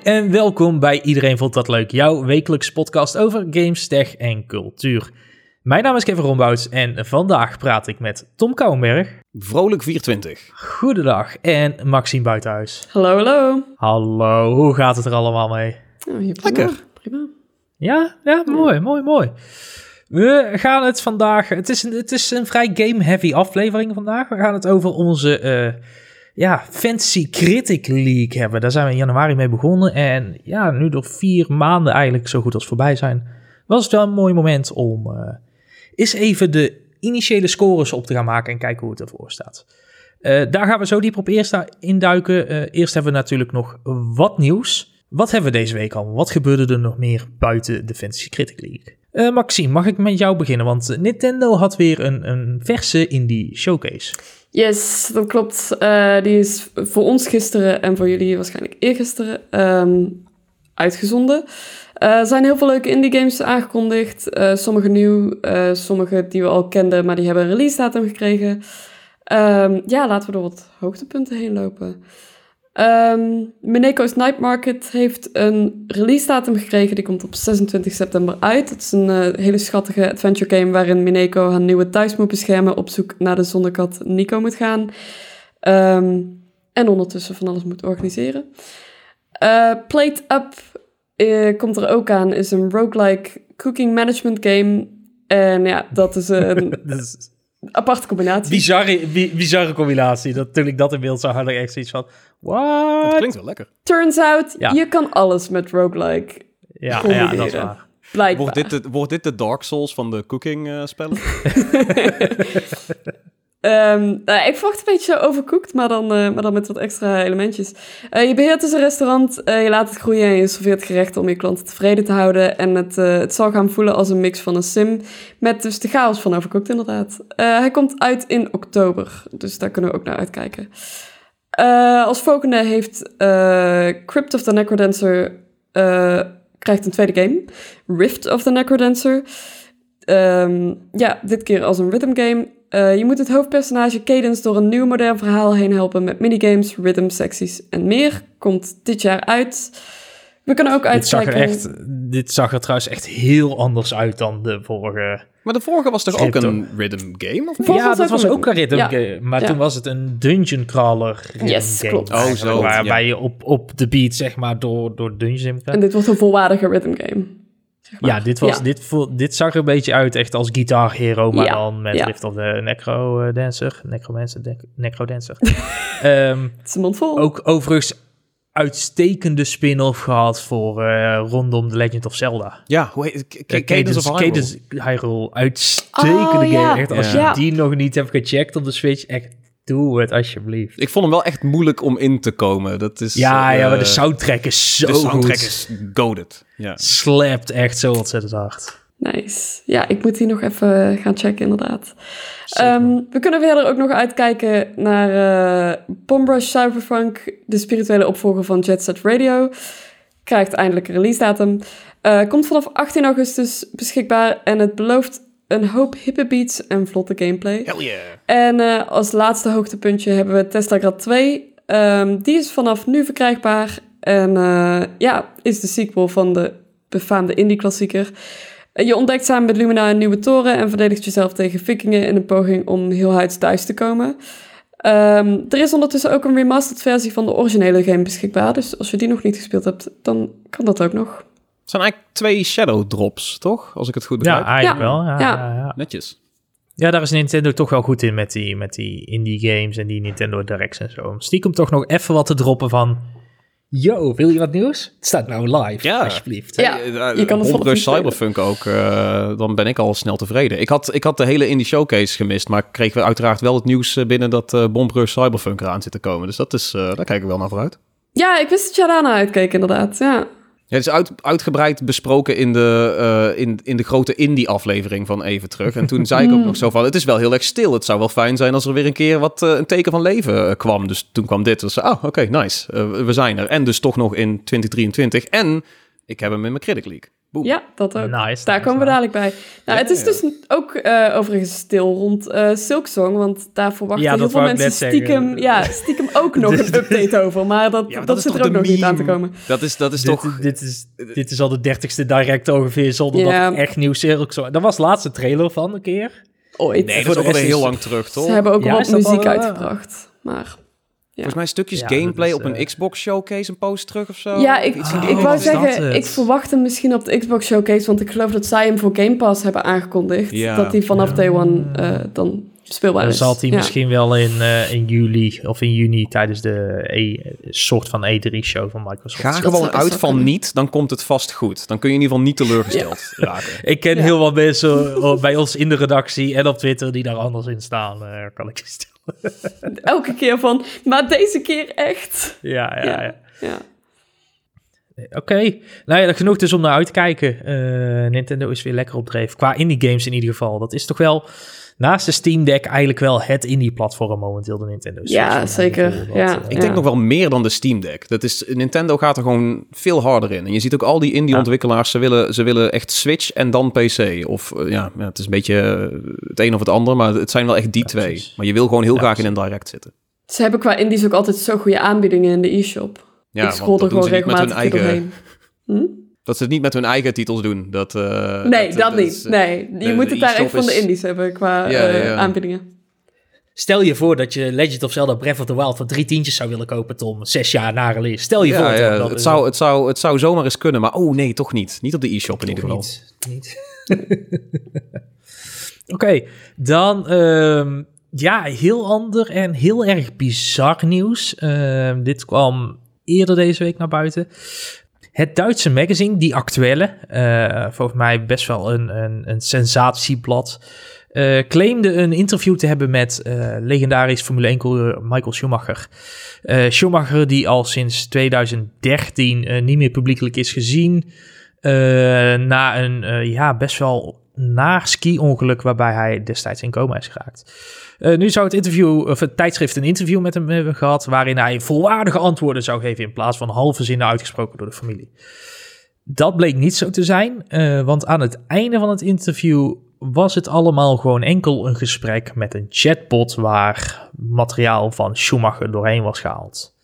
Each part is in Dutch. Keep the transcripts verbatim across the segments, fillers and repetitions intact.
en welkom bij Iedereen Vond Dat Leuk, jouw wekelijkse podcast over games, tech en cultuur. Mijn naam is Kevin Rombouts en vandaag praat ik met Tom Kouwenberg. Vrolijk vierentwintig. Goedendag. En Maxime Buitenhuis. Hallo, hallo. Hallo, hoe gaat het er allemaal mee? Oh, hier, prima. Lekker. Prima. Ja, ja, mooi, mooi, mooi. We gaan het vandaag... Het is een, het is een vrij game-heavy aflevering vandaag. We gaan het over onze uh, ja, Fantasy Critic League hebben. Daar zijn we in januari mee begonnen. En ja, nu door vier maanden eigenlijk zo goed als voorbij zijn, was het wel een mooi moment om uh, eens even de initiële scores op te gaan maken en kijken hoe het ervoor staat. Uh, daar gaan we zo diep op eerst induiken. Uh, eerst hebben we natuurlijk nog wat nieuws. Wat hebben we deze week al? Wat gebeurde er nog meer buiten de Fantasy Critic League? Uh, Maxime, mag ik met jou beginnen? Want Nintendo had weer een, een verse indie showcase. Yes, dat klopt. Uh, die is voor ons gisteren en voor jullie waarschijnlijk eergisteren um, uitgezonden. Uh, er zijn heel veel leuke indie games aangekondigd. Uh, sommige nieuw, uh, sommige die we al kenden, maar die hebben een release datum gekregen. Um, ja, laten we door wat hoogtepunten heen lopen. Um, Mineko's Night Market heeft een release datum gekregen. Die komt op zesentwintig september uit. Het is een uh, hele schattige adventure game waarin Mineko haar nieuwe thuis moet beschermen, op zoek naar de zonnekat Nico moet gaan. Um, en ondertussen van alles moet organiseren. Uh, Plate Up uh, komt er ook aan. Is een roguelike cooking management game. En ja, dat is een aparte combinatie. Bizarre, bizarre combinatie. Dat, toen ik dat in beeld zag, had ik echt zoiets van... What? Dat klinkt wel lekker. Turns out, ja. je kan alles met roguelike ja, ja, dat is waar. Blijkbaar. Wordt dit, de, wordt dit de Dark Souls van de cooking uh, spellen? um, nou, ik verwacht een beetje overcooked, maar dan, uh, maar dan met wat extra elementjes. Uh, je beheert dus een restaurant, uh, je laat het groeien en je serveert gerechten om je klanten tevreden te houden. En het, uh, het zal gaan voelen als een mix van een sim, met dus de chaos van overcooked inderdaad. Uh, hij komt uit in oktober, dus daar kunnen we ook naar uitkijken. Uh, als volgende heeft uh, Crypt of the Necrodancer uh, krijgt een tweede game. Rift of the Necrodancer. Um, ja, dit keer als een rhythm game. Uh, je moet het hoofdpersonage Cadence door een nieuw modern verhaal heen helpen met minigames, rhythm, secties en meer. Komt dit jaar uit. We kunnen ook uitkijken... Dit zag er, echt, dit zag er trouwens echt heel anders uit dan de vorige... Maar de vorige was toch ook een rhythm game? Of ja, was dat was ook een rhythm ja. game. Maar ja. toen was het een dungeon crawler rhythm yes, game. Klopt. Oh, zo. Waarbij ja. je op, op de beat, zeg maar, door, door dungeons in En dit wordt een volwaardige rhythm game. Zeg maar. Ja, dit, was, ja. Dit, vo- dit zag er een beetje uit echt als Guitar Hero, maar ja. dan met ja. Rift of the Necro Dancer. Necromancer, de- Necro Dancer. um, het is een mond vol. Ook overigens uitstekende spin-off gehad voor uh, rondom The Legend of Zelda. Ja, hoe heet het? K- Cadence of Hyrule. Cadence Hyrule, uitstekende oh, game. Ja. Echt, als ja. je die nog niet hebt gecheckt op de Switch, echt doe het alsjeblieft. Ik vond hem wel echt moeilijk om in te komen. Dat is, ja, uh, ja, maar de soundtrack is zo goed. De soundtrack goed. is goated. Ja. Slapt echt zo ontzettend hard. Nice. Ja, ik moet die nog even gaan checken, inderdaad. Um, we kunnen verder ook nog uitkijken naar uh, Bombrush Cyberpunk, de spirituele opvolger van Jet Set Radio. Krijgt eindelijk een release datum. Uh, komt vanaf achttien augustus beschikbaar en het belooft een hoop hippe beats en vlotte gameplay. Hell yeah. En uh, als laatste hoogtepuntje hebben we Teslagrad twee. Um, die is vanaf nu verkrijgbaar en uh, ja, is de sequel van de befaamde indie-klassieker. Je ontdekt samen met Lumina een nieuwe toren en verdedigt jezelf tegen vikingen in een poging om heel huids thuis te komen. Um, er is ondertussen ook een remastered versie van de originele game beschikbaar, dus als je die nog niet gespeeld hebt, dan kan dat ook nog. Het zijn eigenlijk twee Shadow Drops, toch? Als ik het goed begrijp. Ja, eigenlijk ja. wel. Ja, Ja. ja, ja. Netjes. Ja, daar is Nintendo toch wel goed in met die, met die indie games en die Nintendo Directs en zo. Stiekem toch nog even wat te droppen van... Yo, wil je wat nieuws? Het staat nou live, ja. alsjeblieft. Ja, uh, je kan het Bombrush Cyberpunk ook, uh, dan ben ik al snel tevreden. Ik had, ik had de hele indie showcase gemist, maar kregen we uiteraard wel het nieuws binnen dat uh, Bombrush Cyberpunk eraan zit te komen. Dus dat is, uh, daar kijken we wel naar vooruit. Ja, ik wist dat je daarna uitkeek, inderdaad. Ja. Ja, het is uit, uitgebreid besproken in de, uh, in, in de grote indie-aflevering van Even Terug. En toen zei ik ook nog zo van, het is wel heel erg stil. Het zou wel fijn zijn als er weer een keer wat uh, een teken van leven uh, kwam. Dus toen kwam dit. Dus, oh, oké, okay, nice. Uh, we zijn er. En dus toch nog in twintig drieëntwintig. En ik heb hem in mijn Critic League. Boom. Ja, dat ook. Nice, daar nice, komen we nice. dadelijk bij. Nou, Ja, het is ja. dus ook uh, overigens stil rond uh, Silksong, want daar verwachten Ja, heel dat veel wou ik mensen net stiekem, zeggen. ja, stiekem ook nog een update over. Maar dat, Ja, maar dat, is zit toch er ook de nog niet aan te meme? komen. Dat is, dat is Dit, toch... dit, is, dit is al de dertigste direct ongeveer, zonder Ja. dat er echt nieuw Silksong... Dat was de laatste trailer van een keer. Ooit. Nee, voor dat is de alweer rest heel is- lang terug, toch? Ze hebben ook Ja, wat is dat muziek al, uh, uitgebracht. Maar Volgens mij stukjes Ja, dat gameplay is, op een uh, Xbox Showcase, een post terug of zo. ja, ik, Iets in Oh, die ik ene wou is dat zeggen, het? ik verwacht hem misschien op de Xbox Showcase, want ik geloof dat zij hem voor Game Pass hebben aangekondigd. Ja. Dat hij vanaf Ja. day one uh, dan speelbaar Dan is. zal hij Ja. misschien wel in, uh, in juli of in juni tijdens de e, soort van E drie show van Microsoft. Ga Dat gewoon zou- dat uit zou van kunnen. niet, dan komt het vast goed. Dan kun je in ieder geval niet teleurgesteld raken. Ik ken Ja. heel wat mensen uh, bij ons in de redactie en op Twitter die daar anders in staan, uh, kan ik je stellen. Elke keer van, maar deze keer echt. Ja, ja, ja. Ja. Ja. Oké, okay. Nou ja, genoeg dus om naar uit te kijken. Uh, Nintendo is weer lekker op dreef. Qua indie games in ieder geval. Dat is toch wel, naast de Steam Deck, eigenlijk wel het indie platform momenteel, de Nintendo Switch. Ja, Van mijn zeker. gevoel, dat, Ja. uh, Ik denk nog wel meer dan de Steam Deck. Dat is, Nintendo gaat er gewoon veel harder in. En je ziet ook al die indie-ontwikkelaars, ze willen, ze willen echt Switch en dan P C. Of uh, ja, ja, het is een beetje uh, het een of het ander, maar het zijn wel echt die Ja, twee. precies. Maar je wil gewoon heel Ja, graag in precies. een direct zitten. Ze hebben qua indies ook altijd zo goede aanbiedingen in de e-shop. Ja, ik scroll want er dat doen gewoon ze niet met hun regelmatig eigen... eigen... doorheen. Hm? Dat ze het niet met hun eigen titels doen. Dat, uh, Nee, dat, dat niet. is, uh, Nee, je de- moet de het daar e-shop echt van de is- indies hebben qua Ja, uh, ja. aanbiedingen. Stel je voor dat je Legend of Zelda Breath of the Wild voor drie tientjes zou willen kopen, Tom. Zes jaar na release. Stel je Ja, voor. Tom, ja, dat het, is- zou, het, zou, het zou zomaar eens kunnen, maar oh nee, toch niet. Niet op de e-shop in ieder geval. Niet. niet. Oké, okay, dan um, ja, heel ander en heel erg bizar nieuws. Um, dit kwam eerder deze week naar buiten. Het Duitse magazine, Die Aktuelle, uh, volgens mij best wel een, een, een sensatieblad, uh, claimde een interview te hebben met uh, legendarisch Formule één-coureur Michael Schumacher. Uh, Schumacher die al sinds twintig dertien uh, niet meer publiekelijk is gezien, uh, na een uh, ja, best wel naar ski-ongeluk waarbij hij destijds in coma is geraakt. Uh, nu zou het interview, of het tijdschrift een interview met hem hebben gehad, waarin hij volwaardige antwoorden zou geven in plaats van halve zinnen uitgesproken door de familie. Dat bleek niet zo te zijn, uh, want aan het einde van het interview was het allemaal gewoon enkel een gesprek met een chatbot waar materiaal van Schumacher doorheen was gehaald.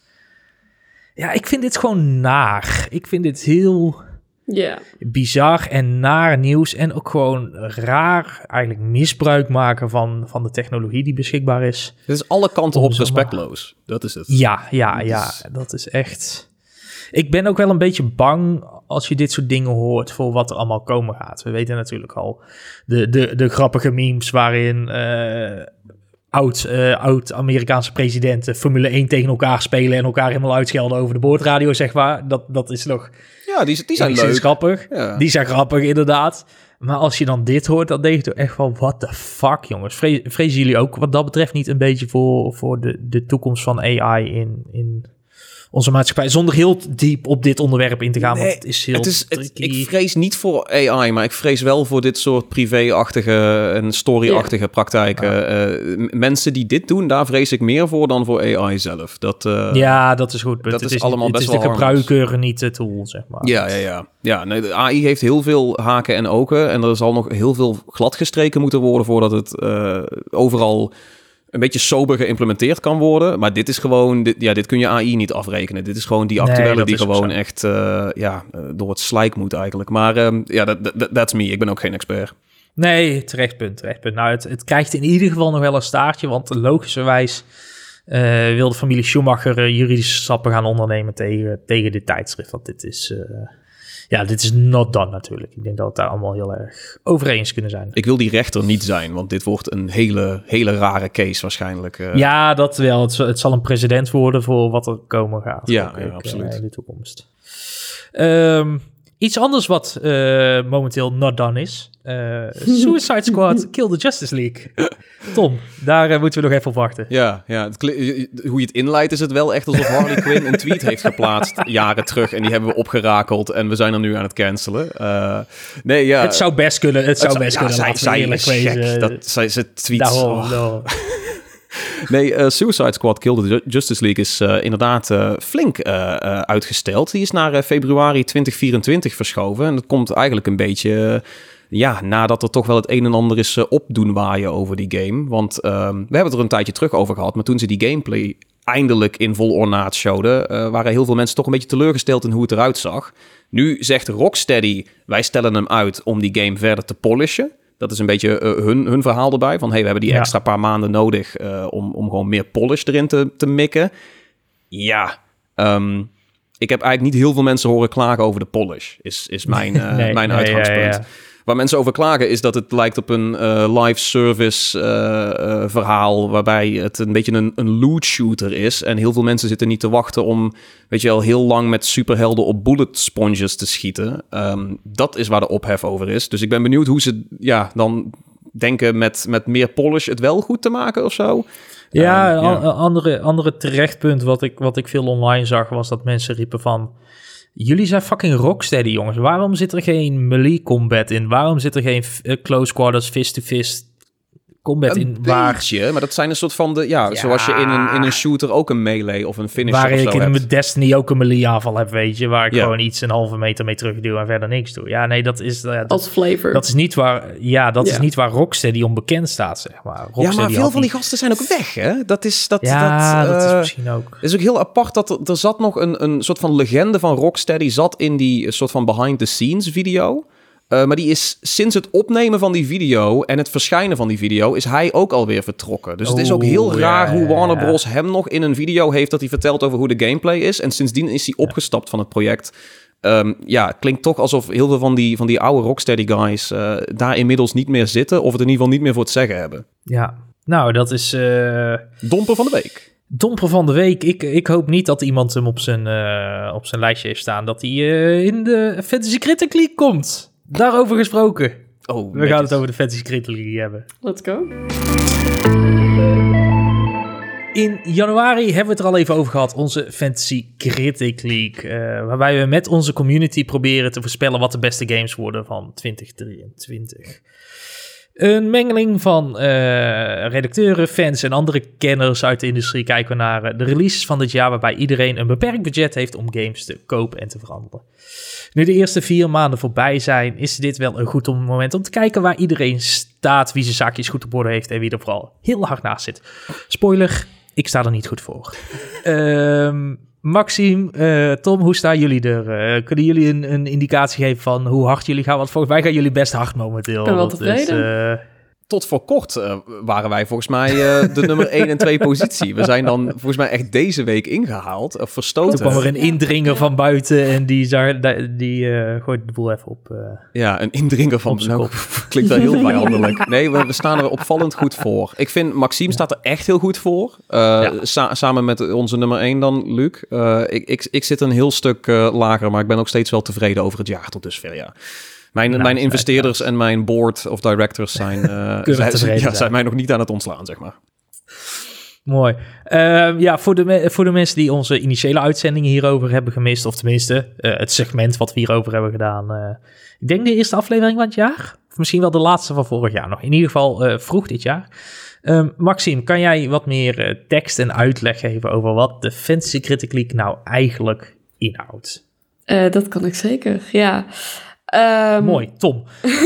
Ja, ik vind dit gewoon naar. Ik vind dit heel... Ja. Yeah. bizar en naar nieuws en ook gewoon raar eigenlijk misbruik maken van, van de technologie die beschikbaar is. Het is alle kanten Om op zomaar- respectloos. Dat is het. Ja, ja, Dat ja, is- dat is echt... Ik ben ook wel een beetje bang als je dit soort dingen hoort voor wat er allemaal komen gaat. We weten natuurlijk al de, de, de grappige memes waarin uh, oud, uh, oud-Amerikaanse presidenten Formule één tegen elkaar spelen en elkaar helemaal uitschelden over de boordradio, zeg maar. Dat, dat is nog... Ja, die, die zijn enigszins leuk. grappig. Ja. Die zijn grappig, inderdaad. Maar als je dan dit hoort, dan denk je toch echt van... What the fuck, jongens? Vre- vrezen jullie ook wat dat betreft niet een beetje voor, voor de, de toekomst van A I in, in onze maatschappij? Zonder heel diep op dit onderwerp in te gaan, Nee, want het is heel Het is, het, tricky. ik vrees niet voor A I, maar ik vrees wel voor dit soort privé-achtige en story-achtige praktijken. Uh, m- mensen die dit doen, daar vrees ik meer voor dan voor A I zelf. Dat, uh, Ja, dat is goed. dat het is is allemaal het best is de wel harmless. gebruiker, niet de tool, zeg maar. Ja, ja, ja. ja nee, de A I heeft heel veel haken en ogen. En er zal nog heel veel gladgestreken moeten worden voordat het uh, overal een beetje sober geïmplementeerd kan worden. Maar dit is gewoon, dit, ja, dit kun je A I niet afrekenen. Dit is gewoon die Nee, actuele dat die is ook gewoon zo. echt uh, ja, uh, door het slijk moet eigenlijk. Maar um, ja, that, that, that's me. Ik ben ook geen expert. Nee, terecht punt, terecht punt. Nou, het, het krijgt in ieder geval nog wel een staartje, want logischerwijs uh, wil de familie Schumacher uh, juridische stappen gaan ondernemen tegen, tegen dit tijdschrift. Want dit is, uh, ja, dit is not done natuurlijk. Ik denk dat we het daar allemaal heel erg over eens kunnen zijn. Ik wil die rechter niet zijn, want dit wordt een hele, hele rare case waarschijnlijk. Uh, Ja, dat wel. Het, zal- het zal een precedent worden voor wat er komen gaat. Ja, ook, ja, ook, absoluut. uh, in de toekomst. Um, iets anders wat uh, momenteel not done is. Uh, Suicide Squad Kill the Justice League. Tom, daar uh, moeten we nog even op wachten. Ja, ja het kli- hoe je het inleidt is het wel echt alsof Harley Quinn een tweet heeft geplaatst jaren terug en die hebben we opgerakeld en we zijn er nu aan het cancelen. Uh, nee, ja. Het zou best kunnen. Het zou best ja, kunnen. zij, Laten we zij eerlijk is gek. wezen. Dat, zij, ze tweets... Daarom, oh. no. Nee, uh, Suicide Squad Kill the Justice League is uh, inderdaad uh, flink uh, uh, uitgesteld. Die is naar uh, februari twintig vierentwintig verschoven. En dat komt eigenlijk een beetje... Uh, ja, nadat er toch wel het een en ander is uh, op doen waaien over die game. Want uh, we hebben het er een tijdje terug over gehad. Maar toen ze die gameplay eindelijk in vol ornaat showden... Uh, waren heel veel mensen toch een beetje teleurgesteld in hoe het eruit zag. Nu zegt Rocksteady, wij stellen hem uit om die game verder te polishen. Dat is een beetje uh, hun, hun verhaal erbij. Van hey, we hebben die ja. extra paar maanden nodig uh, om, om gewoon meer polish erin te, te mikken. Ja, um, ik heb eigenlijk niet heel veel mensen horen klagen over de polish. Is, is mijn, uh, nee, mijn nee, uitgangspunt. Ja, ja, ja. Waar mensen over klagen is dat het lijkt op een uh, live service uh, uh, verhaal... waarbij het een beetje een, een loot shooter is. En heel veel mensen zitten niet te wachten om... weet je wel, heel lang met superhelden op bullet sponges te schieten. Um, dat is waar de ophef over is. Dus ik ben benieuwd hoe ze ja, dan denken met, met meer polish het wel goed te maken of zo. Ja, um, een ja. andere, andere terechtpunt wat ik, wat ik veel online zag... was dat mensen riepen van... jullie zijn fucking Rocksteady, jongens. Waarom zit er geen melee combat in? Waarom zit er geen uh, close quarters, fist-to-fist combat een in? Een beetje, waar... maar dat zijn een soort van... de ja, ja. zoals je in een, in een shooter ook een melee of een finisher waar of zo ik in hebt. mijn Destiny ook een melee aanval heb, weet je. Waar ik ja. gewoon iets een halve meter mee terugduw en verder niks doe. Ja, nee, dat is... Uh, dat, Als flavor. Dat is niet waar... Ja, dat ja. is niet waar Rocksteady onbekend staat, zeg maar. Rocksteady ja, maar veel van niet... die gasten zijn ook weg, hè? Dat is... Dat, ja, dat, uh, dat is misschien ook... Het is ook heel apart dat er, er zat nog een, een soort van legende van Rocksteady... zat in die soort van behind-the-scenes video... Uh, maar die is sinds het opnemen van die video en het verschijnen van die video... is hij ook alweer vertrokken. Dus oh, het is ook heel raar ja, hoe Warner ja. Bros. Hem nog in een video heeft... dat hij vertelt over hoe de gameplay is. En sindsdien is hij opgestapt van het project. Um, ja, klinkt toch alsof heel veel van die, van die oude Rocksteady guys... Uh, daar inmiddels niet meer zitten... of het in ieder geval niet meer voor het zeggen hebben. Ja, nou dat is... Uh... Domper van de week. Domper van de week. Ik, ik hoop niet dat iemand hem op zijn, uh, op zijn lijstje heeft staan... dat hij uh, in de Fantasy Critic League komt... Daarover gesproken. Oh, we netjes. gaan het over de Fantasy Critic League hebben. Let's go. In januari hebben we het er al even over gehad. Onze Fantasy Critic League. Uh, waarbij we met onze community proberen te voorspellen... wat de beste games worden van twintig drieëntwintig. Een mengeling van uh, redacteuren, fans en andere kenners uit de industrie... kijken we naar uh, de releases van dit jaar... waarbij iedereen een beperkt budget heeft om games te kopen en te veranderen. Nu de eerste vier maanden voorbij zijn... is dit wel een goed moment om te kijken waar iedereen staat... wie zijn zaakjes goed op orde heeft... en wie er vooral heel hard naast zit. Spoiler, ik sta er niet goed voor. um, Maxime, uh, Tom, hoe staan jullie er? Uh, kunnen jullie een, een indicatie geven van hoe hard jullie gaan? Want volgens mij gaan jullie best hard momenteel. Ik ben wel tevreden. Dus, uh... Tot voor kort uh, waren wij volgens mij uh, de nummer één en twee positie. We zijn dan volgens mij echt deze week ingehaald, of verstoten. Toen kwam er een indringer van buiten en die, zag, die uh, gooit de boel even op. Uh, ja, een indringer van... Nou, klinkt wel heel vijandelijk. Nee, we, we staan er opvallend goed voor. Ik vind, Maxime staat er echt heel goed voor. Uh, ja. sa- samen met onze nummer één dan, Luc. Uh, ik, ik, ik zit een heel stuk uh, lager, maar ik ben ook steeds wel tevreden over het jaar tot dusver, ja. Mijn, nou, mijn investeerders en mijn board of directors zijn, uh, zijn, zijn, ja, zijn mij nog niet aan het ontslaan, zeg maar. Mooi. Uh, ja, voor de, me- voor de mensen die onze initiële uitzendingen hierover hebben gemist, of tenminste uh, het segment wat we hierover hebben gedaan. Uh, ik denk de eerste aflevering van het jaar, of misschien wel de laatste van vorig jaar nog. In ieder geval uh, vroeg dit jaar. Um, Maxime, kan jij wat meer uh, tekst en uitleg geven over wat de Fantasy Critic League nou eigenlijk inhoudt? Uh, dat kan ik zeker, ja. Um, Mooi, Tom.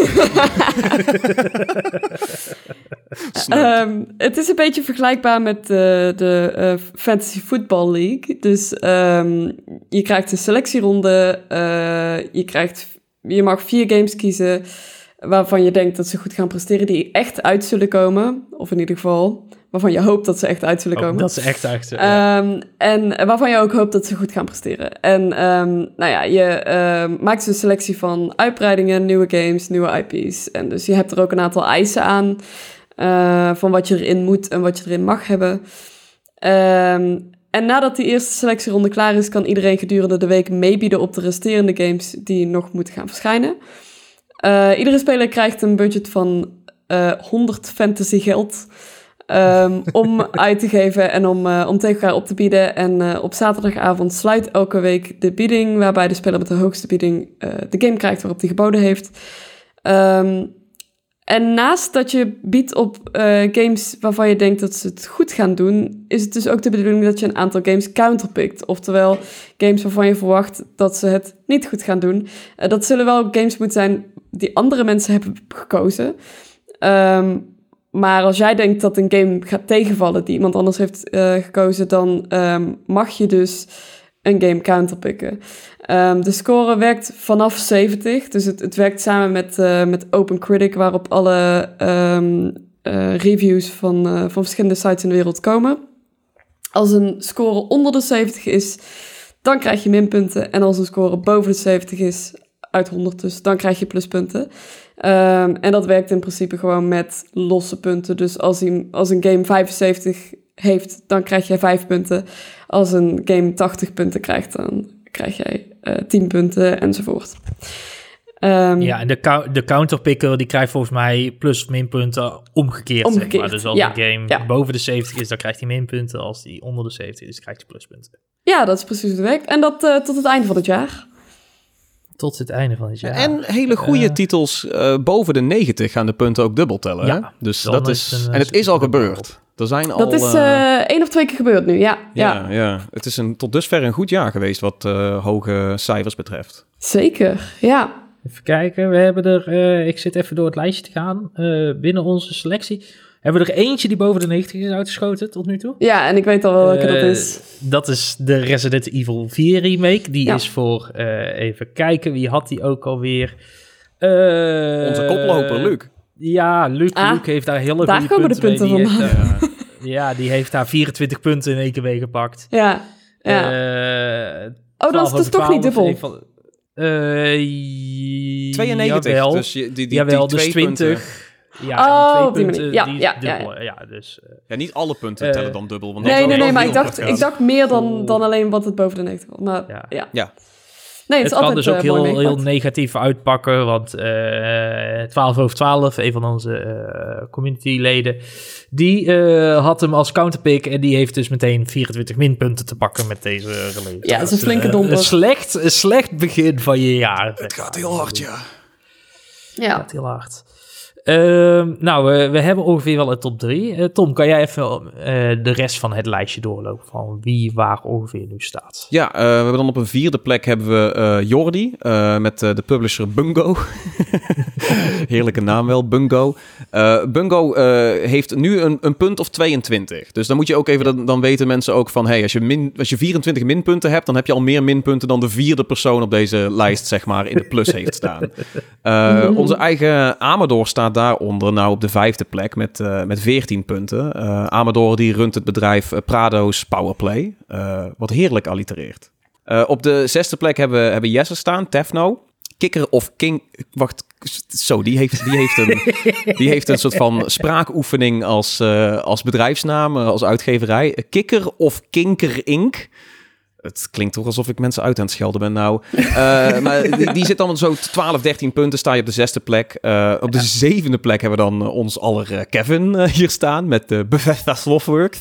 um, het is een beetje vergelijkbaar met uh, de uh, Fantasy Football League. Dus um, je krijgt een selectieronde. Uh, je, krijgt, je mag vier games kiezen waarvan je denkt dat ze goed gaan presteren, die echt uit zullen komen. Of in ieder geval waarvan je hoopt dat ze echt uit zullen komen. Oh, dat ze echt uit zullen komen. Um, en waarvan je ook hoopt dat ze goed gaan presteren. En um, nou ja, je uh, maakt dus een selectie van uitbreidingen, nieuwe games, nieuwe I P's. En dus je hebt er ook een aantal eisen aan uh, van wat je erin moet en wat je erin mag hebben. Um, en nadat die eerste selectieronde klaar is, kan iedereen gedurende de week meebieden op de resterende games die nog moeten gaan verschijnen. Uh, iedere speler krijgt een budget van uh, honderd fantasy geld um, om uit te geven en om, uh, om tegen elkaar op te bieden. En uh, op zaterdagavond sluit elke week de bieding, waarbij de speler met de hoogste bieding uh, de game krijgt waarop hij geboden heeft. Um, En naast dat je biedt op uh, games waarvan je denkt dat ze het goed gaan doen, is het dus ook de bedoeling dat je een aantal games counterpikt. Oftewel, games waarvan je verwacht dat ze het niet goed gaan doen. Uh, dat zullen wel games moeten zijn die andere mensen hebben gekozen. Um, maar als jij denkt dat een game gaat tegenvallen die iemand anders heeft uh, gekozen, dan um, mag je dus een game counterpikken. Um, de score werkt vanaf zeventig, dus het, het werkt samen met, uh, met OpenCritic, waarop alle um, uh, reviews van, uh, van verschillende sites in de wereld komen. Als een score onder de zeventig is, dan krijg je minpunten. En als een score boven de zeventig is, uit honderd dus, dan krijg je pluspunten. Um, en dat werkt in principe gewoon met losse punten. Dus als, die, als een game vijfenzeventig heeft, dan krijg jij vijf punten. Als een game tachtig punten krijgt, dan krijg jij uh, tien punten enzovoort. Um, ja, en de, cou- de counterpicker die krijgt volgens mij plus of minpunten omgekeerd. omgekeerd. Zeg maar. Dus als ja, een game ja. boven de zeventig is, dan krijgt hij minpunten. Als die onder de zeventig is, krijgt hij pluspunten. Ja, dat is precies hoe het werkt. En dat uh, tot het einde van het jaar. Tot het einde van het jaar. En hele goede uh, titels uh, boven de negentig gaan de punten ook dubbel tellen. Ja, hè? Dus dat is, is een, en het is al gebeurd. Er zijn dat al, is uh, één of twee keer gebeurd nu, ja. Ja, ja. ja. Het is een, tot dusver een goed jaar geweest wat uh, hoge cijfers betreft. Zeker, ja. Even kijken, we hebben er... Uh, ik zit even door het lijstje te gaan. Uh, binnen onze selectie hebben we er eentje die boven de negentig is uitgeschoten tot nu toe. Ja, en ik weet al wel welke uh, dat is. Dat is de Resident Evil vier remake. Die ja. is voor... Uh, even kijken, wie had die ook alweer? Uh, Onze koploper, Luc. Ja, Luc, ah, Luc heeft daar hele daar goede komen punten de punten mee. van. Heeft, uh, ja, die heeft daar vierentwintig punten in één keer meegepakt. Ja, ja. Uh, oh, dat is dus toch niet dubbel? Van, uh, tweeënnegentig, jawel, dus die, die, die, jawel, die dus twee twintig. Punten. Ja, oh, die twee die punten, ja, die ja, dubbel. ja, Ja, ja, dus, uh, ja, niet alle punten uh, tellen dan dubbel. Want nee, dan nee, nee, maar ik dacht, gaat. ik dacht meer dan, dan alleen wat het boven de negentig was. Maar ja. ja. ja. Nee, het, het is kan dus ook uh, heel, heel negatief uitpakken, want uh, twaalf over twaalf, een van onze uh, communityleden, die uh, had hem als counterpick en die heeft dus meteen vierentwintig minpunten te pakken met deze release. Ja, dat is een flinke domper. Een slecht, een slecht begin van je jaar. Het gaat heel hard, ja. Ja. Het gaat heel hard. Uh, nou, uh, we hebben ongeveer wel een top drie. Uh, Tom, kan jij even uh, de rest van het lijstje doorlopen van wie waar ongeveer nu staat? Ja, uh, we hebben dan op een vierde plek hebben we uh, Jordi uh, met uh, de publisher Bungo. Heerlijke naam wel, Bungo. Uh, Bungo uh, heeft nu een, een punt of tweeëntwintig. Dus dan moet je ook even, dan, dan weten mensen ook van, hey, als je, min, als je vierentwintig minpunten hebt, dan heb je al meer minpunten dan de vierde persoon op deze lijst, zeg maar, in de plus heeft staan. Uh, onze eigen Amador staat daaronder nou op de vijfde plek met, uh, met veertien punten. Uh, Amador die runt het bedrijf uh, Prado's Powerplay, uh, wat heerlijk allitereert. Uh, op de zesde plek hebben, hebben Jesse staan, Tefno. Kikker of King... Wacht, zo, die heeft, die heeft, een, die heeft een soort van spraakoefening als, uh, als bedrijfsnaam, uh, als uitgeverij. Kikker of Kinker Incorporated. Het klinkt toch alsof ik mensen uit aan het schelden ben nou. Uh, maar die, die zit dan zo twaalf, dertien punten, sta je op de zesde plek. Uh, op de ja. zevende plek hebben we dan uh, ons aller uh, Kevin uh, hier staan met uh, Bethesda Softworks.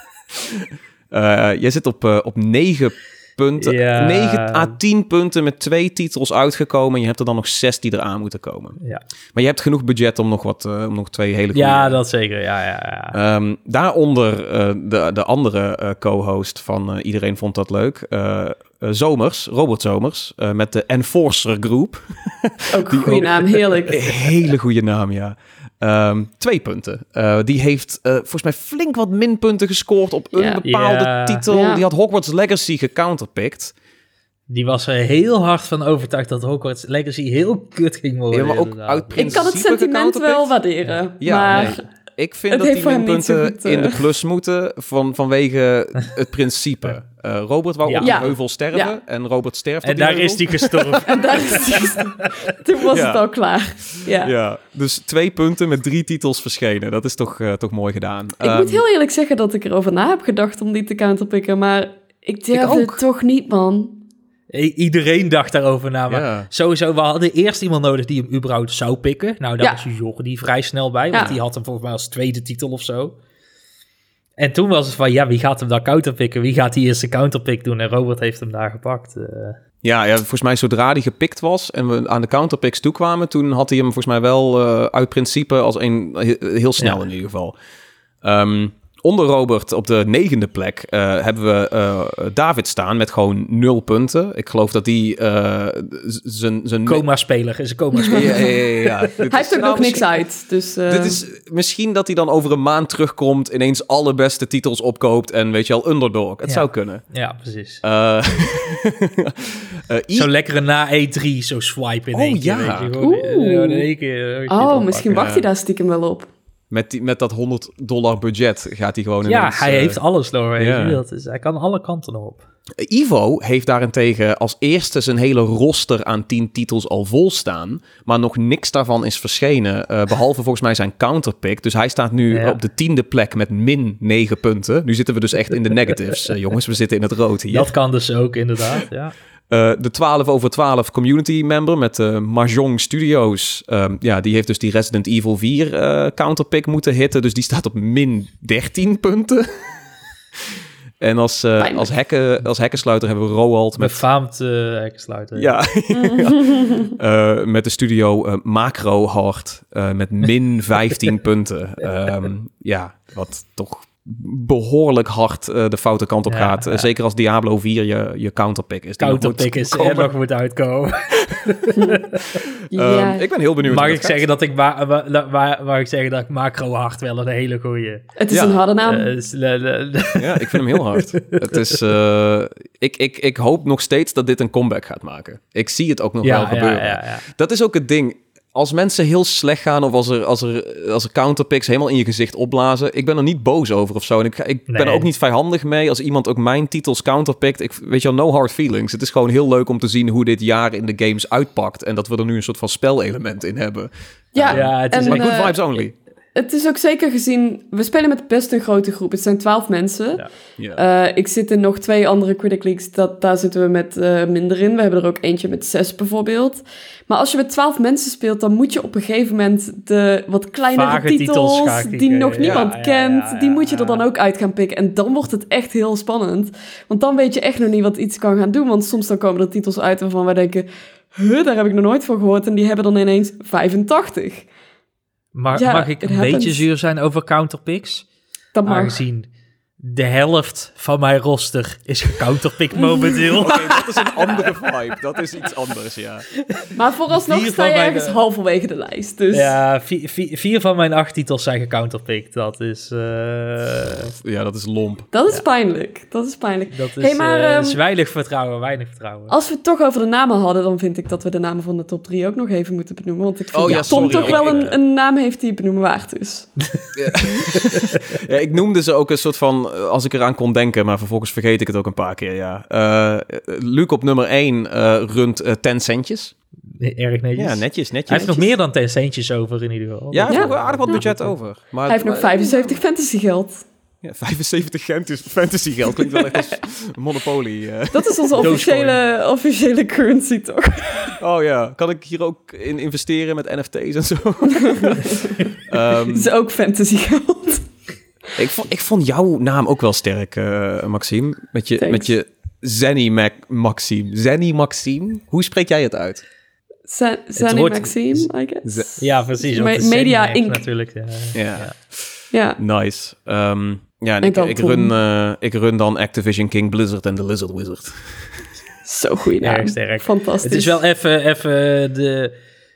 uh, jij zit op, uh, op negen punten. Ja. negen à tien punten met twee titels uitgekomen. En je hebt er dan nog zes die eraan moeten komen. Ja. Maar je hebt genoeg budget om nog, wat, uh, om nog twee hele goede... Ja, dat zeker. Ja, ja, ja. Um, daaronder uh, de, de andere uh, co-host van uh, Iedereen Vond Dat Leuk. Uh, uh, Zomers, Robert Zomers, uh, met de Enforcer Group. Ook een goede naam, heerlijk. Hele goede naam, ja. Um, twee punten. Uh, die heeft uh, volgens mij flink wat minpunten gescoord op een ja. bepaalde ja. titel. Ja. Die had Hogwarts Legacy gecounterpicked. Die was er heel hard van overtuigd dat Hogwarts Legacy heel kut ging worden. Ja, maar ook uit ik kan het sentiment wel waarderen. Ja, maar nee. Ik vind dat die minpunten in de plus moeten van, vanwege het principe. Uh, Robert wou ja. op de ja. heuvel sterven ja. en Robert sterft en op die daar heuvel. is hij gestorven. en daar is hij gestorven. Toen was ja. het al klaar. Ja. ja, dus twee punten met drie titels verschenen. Dat is toch, uh, toch mooi gedaan. Ik um, moet heel eerlijk zeggen dat ik erover na heb gedacht om die te counterpicken, maar ik durfde het toch niet, man. I- iedereen dacht daarover na, maar ja. sowieso, we hadden eerst iemand nodig die hem überhaupt zou pikken. Nou, daar ja. was Jordi vrij snel bij, want ja. die had hem volgens mij als tweede titel of zo. En toen was het van, ja, wie gaat hem dan counterpicken? Wie gaat die eerste counterpick doen? En Robert heeft hem daar gepakt. Uh. Ja, ja, volgens mij zodra hij gepikt was en we aan de counterpicks toekwamen, toen had hij hem volgens mij wel uh, uit principe als een heel snel ja. in ieder geval. Um, onder Robert op de negende plek uh, hebben we uh, David staan met gewoon nul punten. Ik geloof dat die uh, zijn... Coma-speler is een coma-speler. ja, ja, ja, ja. Hij heeft er nou, nog niks uit. Dus, uh... Dit is misschien dat hij dan over een maand terugkomt, ineens alle beste titels opkoopt en weet je al, underdog. Het ja. zou kunnen. Ja, precies. Uh, uh, I- zo lekker na E drie, zo swipe in oh, één keer. Ja. Weet je, gewoon, in één keer, uh, oh, misschien wacht hij daar stiekem wel op. Met, die, met dat honderd dollar budget gaat hij gewoon ja, ineens... hij uh, heeft alles door. Ja. Dat is, hij kan alle kanten op. Ivo heeft daarentegen als eerste zijn hele roster aan tien titels al vol staan. Maar nog niks daarvan is verschenen. Uh, behalve volgens mij zijn counterpick. Dus hij staat nu ja. op de tiende plek met min negen punten. Nu zitten we dus echt in de negatives. Uh, jongens, we zitten in het rood hier. Dat kan dus ook, inderdaad. Ja. Uh, de twaalf over twaalf community member met uh, Mahjong Studios. Um, ja, die heeft dus die Resident Evil vier uh, counterpick moeten hitten. Dus die staat op min dertien punten. En als, uh, als, hekken, als hekkensluiter hebben we Roald met... Befaamd uh, hekkensluiter. Ja, ja. Uh, met de studio uh, Macro Hard uh, met min vijftien punten. Um, ja, wat toch behoorlijk hard uh, de foute kant op ja, gaat. Ja. Uh, zeker als Diablo vier je, je counterpick is. Counterpick is er nog moet uitkomen. ja. um, ik ben heel benieuwd. Mag ik zeggen dat ik, ma- ma- ma- mag ik zeggen dat ik Macro Hard wel een hele goeie... Het is ja. een harde naam. Uh, is, le, le, le. Ja, ik vind hem heel hard. Het is, uh, ik, ik, ik hoop nog steeds dat dit een comeback gaat maken. Ik zie het ook nog ja, wel gebeuren. Ja, ja, ja. Dat is ook het ding. Als mensen heel slecht gaan of als er, als er, als er counterpicks helemaal in je gezicht opblazen, ik ben er niet boos over of zo. En ik, ga, ik nee. ben er ook niet vijandig mee als iemand ook mijn titels counterpickt. Ik, weet je wel, no hard feelings. Het is gewoon heel leuk om te zien hoe dit jaar in de games uitpakt en dat we er nu een soort van spelelement in hebben. Ja, uh, ja het is en, maar good uh, vibes only. Het is ook zeker gezien... We spelen met best een grote groep. Het zijn twaalf mensen. Ja. Yeah. Uh, ik zit in nog twee andere Critic Leagues. Dat, daar zitten we met uh, minder in. We hebben er ook eentje met zes bijvoorbeeld. Maar als je met twaalf mensen speelt... dan moet je op een gegeven moment de wat kleinere Vage titels... titels die nog ja, niemand ja, kent... ja, ja, die moet je ja. er dan ook uit gaan pikken. En dan wordt het echt heel spannend. Want dan weet je echt nog niet wat iets kan gaan doen. Want soms dan komen er titels uit waarvan wij denken... Huh, daar heb ik nog nooit van gehoord. En die hebben dan ineens vijfentachtig. Maar ja, mag ik een happens. beetje zuur zijn over counterpicks? Dat mag. Aangezien de helft van mijn roster is gecounterpicked momenteel. Oké, okay, dat is een andere vibe. Dat is iets anders, ja. Maar vooralsnog Vier sta je van ergens mijn, halverwege de lijst. Dus. Ja, vier, vier, vier van mijn acht titels zijn gecounterpicked. Dat is... Uh... Ja, dat is lomp. Dat is ja. pijnlijk. Dat is pijnlijk. Dat is, hey, maar, uh, um, is weinig vertrouwen, weinig vertrouwen. Als we het toch over de namen hadden, dan vind ik dat we de namen van de top drie ook nog even moeten benoemen. Want ik vind oh, ja, dat Tom sorry, toch wel ik, een, een naam heeft die benoemen waard is. Ja. Ja, ik noemde ze ook een soort van, als ik eraan kon denken, maar vervolgens vergeet ik het ook een paar keer, ja. Uh, Luc op nummer één uh, runt uh, tien centjes. Erg netjes. Ja, netjes, netjes. Hij heeft netjes. nog meer dan tien centjes over in ieder geval. Ja, hij heeft ja. nog aardig wat ja. budget over. Maar, Hij heeft nog vijfenzeventig fantasy geld. Ja, vijfenzeventig fantasy geld. Klinkt wel echt als Monopoly. Uh. Dat is onze officiële, officiële currency, toch? Oh ja, kan ik hier ook in investeren met N F T's en zo? um, dat is ook fantasy geld. Ik vond, ik vond jouw naam ook wel sterk, uh, Maxime. Met je, met je Zenny Mac Maxime. Zenny Maxime? Hoe spreek jij het uit? Z- Zenny wordt... Maxime, I guess. Z- ja, precies. Me- Media Incorporated. Natuurlijk. Ja. Ja. ja. ja. Nice. Um, ja, en ik, ik, run, uh, ik run dan Activision King Blizzard en de Lizard Wizard. Zo goeie naam. Erg sterk. Fantastisch. Het is wel even... even de...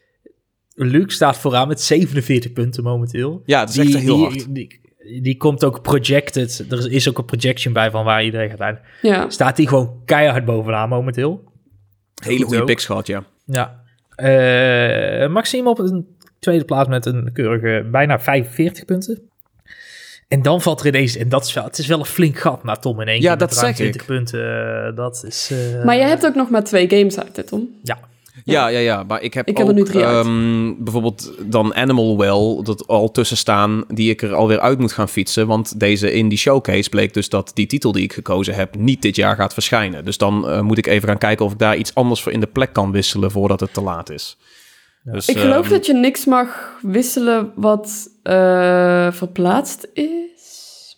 Luc staat vooraan met zevenenveertig punten momenteel. Ja, het is echt heel die, hard. Die, die, die komt ook projected. Er is ook een projection bij van waar iedereen gaat zijn. Ja. Staat die gewoon keihard bovenaan momenteel. Hele goede picks gehad, ja. Ja. Uh, Maxime op een tweede plaats met een keurige bijna vijfenveertig punten. En dan valt er ineens, en dat is wel, het is wel een flink gat naar Tom in één ja, keer. dat zeg twintig ik. punten, uh, dat is... Uh, maar je hebt ook nog maar twee games uit, hè, Tom? Ja. Ja, ja, ja, maar ik heb ik ook heb er nu drie um, bijvoorbeeld dan Animal Well, dat al tussen staan, die ik er alweer uit moet gaan fietsen. Want deze Indie Showcase bleek dus dat die titel die ik gekozen heb niet dit jaar gaat verschijnen. Dus dan uh, moet ik even gaan kijken of ik daar iets anders voor in de plek kan wisselen voordat het te laat is. Ja. Dus, ik geloof um, dat je niks mag wisselen wat uh, verplaatst is.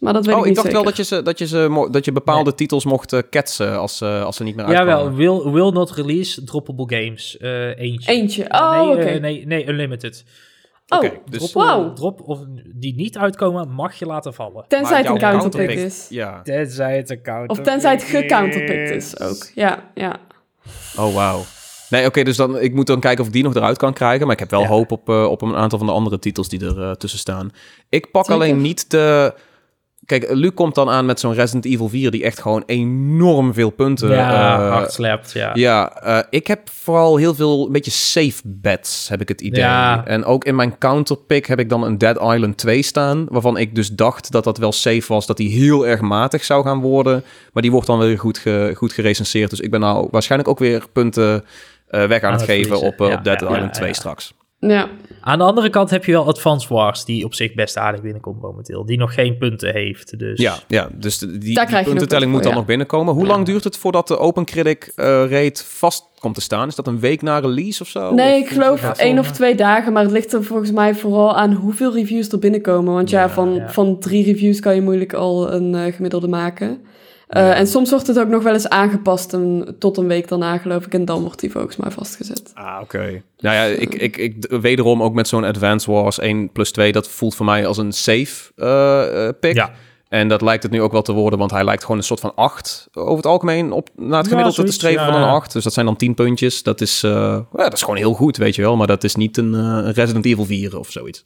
maar dat weet oh, ik niet ik dacht zeker. wel dat je, ze, dat, je ze, mo- dat je bepaalde Nee. titels mocht uh, ketsen als, uh, als ze niet meer uitkwamen. Jawel, will, will not release droppable games. Uh, eentje. Eentje, Uh, oh, nee, oké. okay. uh, nee, nee, unlimited. Oh, Oké, dus Drop, wow. drop of die niet uitkomen, mag je laten vallen. Tenzij het jouw een counterpick counterpick- is. Ja. Tenzij het een counterpick Of tenzij het gecounterpicked is ook. Ja, ja. Oh, wauw. Nee, oké, okay, dus dan, ik moet dan kijken of ik die nog eruit kan krijgen. Maar ik heb wel Ja. hoop op, uh, op een aantal van de andere titels die er uh, tussen staan. Ik pak Zeker. alleen niet de... Kijk, Luc komt dan aan met zo'n Resident Evil vier... die echt gewoon enorm veel punten... Ja, uh, hard slapt, ja. Ja, uh, ik heb vooral heel veel... een beetje safe bets, heb ik het idee. Ja. En ook in mijn counterpick heb ik dan een Dead Island twee staan... waarvan ik dus dacht dat dat wel safe was... dat die heel erg matig zou gaan worden. Maar die wordt dan weer goed, ge, goed gerecenseerd. Dus ik ben nou waarschijnlijk ook weer punten... Uh, weg aan, aan het, het geven op, uh, ja, op Dead ja, Island ja, twee ja. straks. Ja. Aan de andere kant heb je wel Advance Wars... die op zich best aardig binnenkomt momenteel. Die nog geen punten heeft. Dus... Ja, ja, dus die, die Daar krijg je puntentelling nog moet dan voor, nog binnenkomen. Hoe Ja. lang duurt het voordat de Open Critic uh, rate vast komt te staan? Is dat een week na release of zo? Nee, of, ik geloof Ja, één of volgens twee dagen, maar het ligt er volgens mij vooral aan hoeveel reviews er binnenkomen. Want ja, Ja, van, ja. van drie reviews kan je moeilijk al een uh, gemiddelde maken. Uh, Ja. En soms wordt het ook nog wel eens aangepast een, tot een week daarna, geloof ik. En dan wordt die volgens mij vastgezet. Ah, oké. Okay. Nou ja, ik, ik, ik, wederom ook met zo'n Advance Wars één plus twee... dat voelt voor mij als een safe uh, uh, pick. Ja. En dat lijkt het nu ook wel te worden... want hij lijkt gewoon een soort van acht over het algemeen... op naar het Ja, gemiddelde te zoiets, streven ja. van een acht. Dus dat zijn dan tien puntjes. Dat is, uh, ja, dat is gewoon heel goed, weet je wel. Maar dat is niet een uh, Resident Evil vier of zoiets.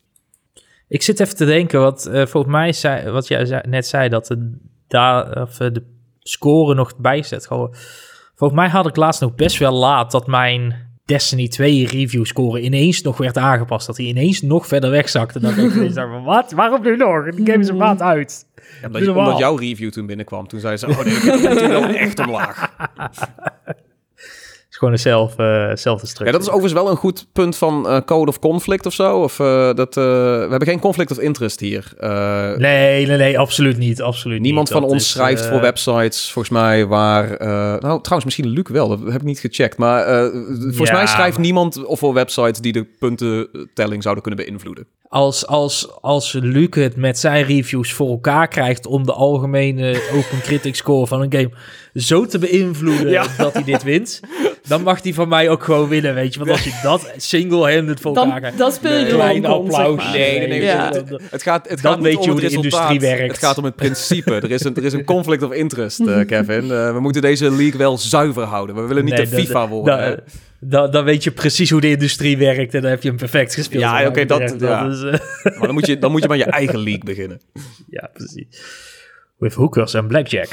Ik zit even te denken, wat uh, volgens mij zei, wat jij zei, net zei, dat de, daar, of, uh, de score nog bijzet. Gewoon, volgens mij had ik laatst nog best wel laat dat mijn Destiny twee review score ineens nog werd aangepast. Dat hij ineens nog verder wegzakte. Dat ik ineens dacht van, wat? Waarom nu nog? De game is een maand uit. Ja, omdat, je, omdat jouw review toen binnenkwam. Toen zei ze, oh nee, dat komt toen wel echt omlaag. Het is gewoon een zelf, uh, zelfdestructie. Ja, dat is overigens wel een goed punt van uh, code of conflict of zo. Of, uh, dat, uh, we hebben geen conflict of interest hier. Uh, nee, nee, nee, absoluut niet. Absoluut niemand niet. van Dat ons is, schrijft uh, voor websites, volgens mij, waar... Uh, nou, trouwens, misschien Luc wel. Dat heb ik niet gecheckt. Maar uh, volgens Ja, mij schrijft maar... niemand of voor websites die de puntentelling zouden kunnen beïnvloeden. Als, als, als Luc het met zijn reviews voor elkaar krijgt om de algemene Open Critic score van een game zo te beïnvloeden Ja. dat hij dit wint, dan mag hij van mij ook gewoon winnen, weet je. Want als je dat single-handed voor elkaar Dan, krijgt, dan speel je Nee. de klein long con, zeg applaus. maar. Nee, nee, nee. Ja. Het, het gaat, het Dan gaat weet niet je om hoe het de resultaat. industrie werkt. Het gaat om het principe. Er is een, er is een conflict of interest, uh, Kevin. Uh, we moeten deze league wel zuiver houden. We willen niet Nee, de dat- FIFA worden. Dan, dan, dan weet je precies hoe de industrie werkt en dan heb je hem perfect gespeeld. Ja, wat oké, mij dat- betreft. ja. is, uh, Maar dan moet, je, dan moet je maar je eigen league beginnen. ja, precies. With hookers en blackjack.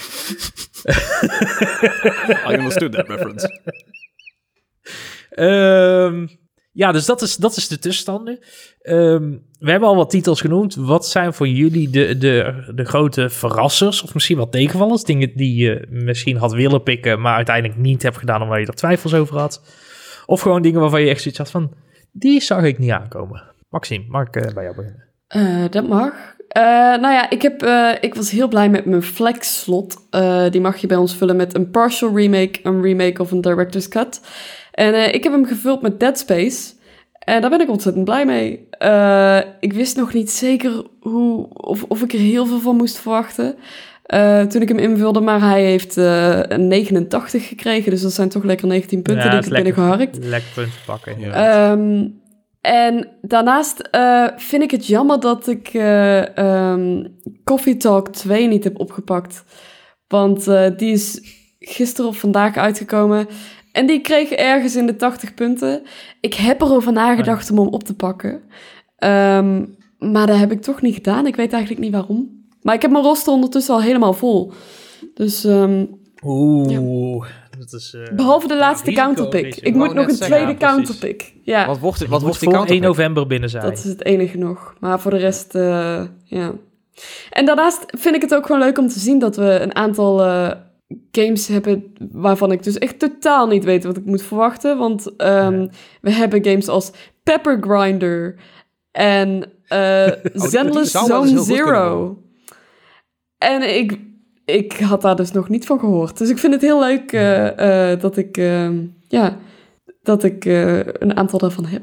I understood that reference. Um, ja, dus dat is, dat is de tussenstand nu. Um, we hebben al wat titels genoemd. Wat zijn voor jullie de, de, de grote verrassers? Of misschien wat tegenvallers? Dingen die je misschien had willen pikken, maar uiteindelijk niet hebt gedaan omdat je er twijfels over had. Of gewoon dingen waarvan je echt zoiets had van, die zag ik niet aankomen. Maxime, mag ik uh, bij jou beginnen? Uh, dat mag. Uh, nou ja, ik, heb, uh, ik was heel blij met mijn flex slot. Uh, die mag je bij ons vullen met een partial remake, een remake of een director's cut. En uh, ik heb hem gevuld met Dead Space. En daar ben ik ontzettend blij mee. Uh, ik wist nog niet zeker hoe, of, of ik er heel veel van moest verwachten. Uh, toen ik hem invulde, maar hij heeft uh, een negenentachtig gekregen. Dus dat zijn toch lekker negentien punten die ik heb binnengeharkt. Lekker punten pakken. Ja. Um, en daarnaast uh, vind ik het jammer dat ik uh, um, Coffee Talk twee niet heb opgepakt. Want uh, die is gisteren of vandaag uitgekomen. En die kreeg ergens in de tachtig punten. Ik heb erover nagedacht om hem op te pakken. Um, maar dat heb ik toch niet gedaan. Ik weet eigenlijk niet waarom. Maar ik heb mijn roster ondertussen al helemaal vol. Dus... Um, Oeh... Dat is, uh, behalve de laatste risico, counterpick. risico. Ik moet wou nog net een zeggen, tweede ja, precies. counterpick. Ja, Wat wordt, Je wat moet wordt die voor één counterpick? november binnen zijn. dat is het enige nog. Maar voor de rest, uh, ja. En daarnaast vind ik het ook gewoon leuk om te zien dat we een aantal uh, games hebben waarvan ik dus echt totaal niet weet wat ik moet verwachten. Want um, nee. we hebben games als Pepper Grinder en uh, oh, Zenless Zone Zero. En ik... Ik had daar dus nog niet van gehoord. Dus ik vind het heel leuk uh, uh, dat ik, uh, ja, dat ik uh, een aantal daarvan heb.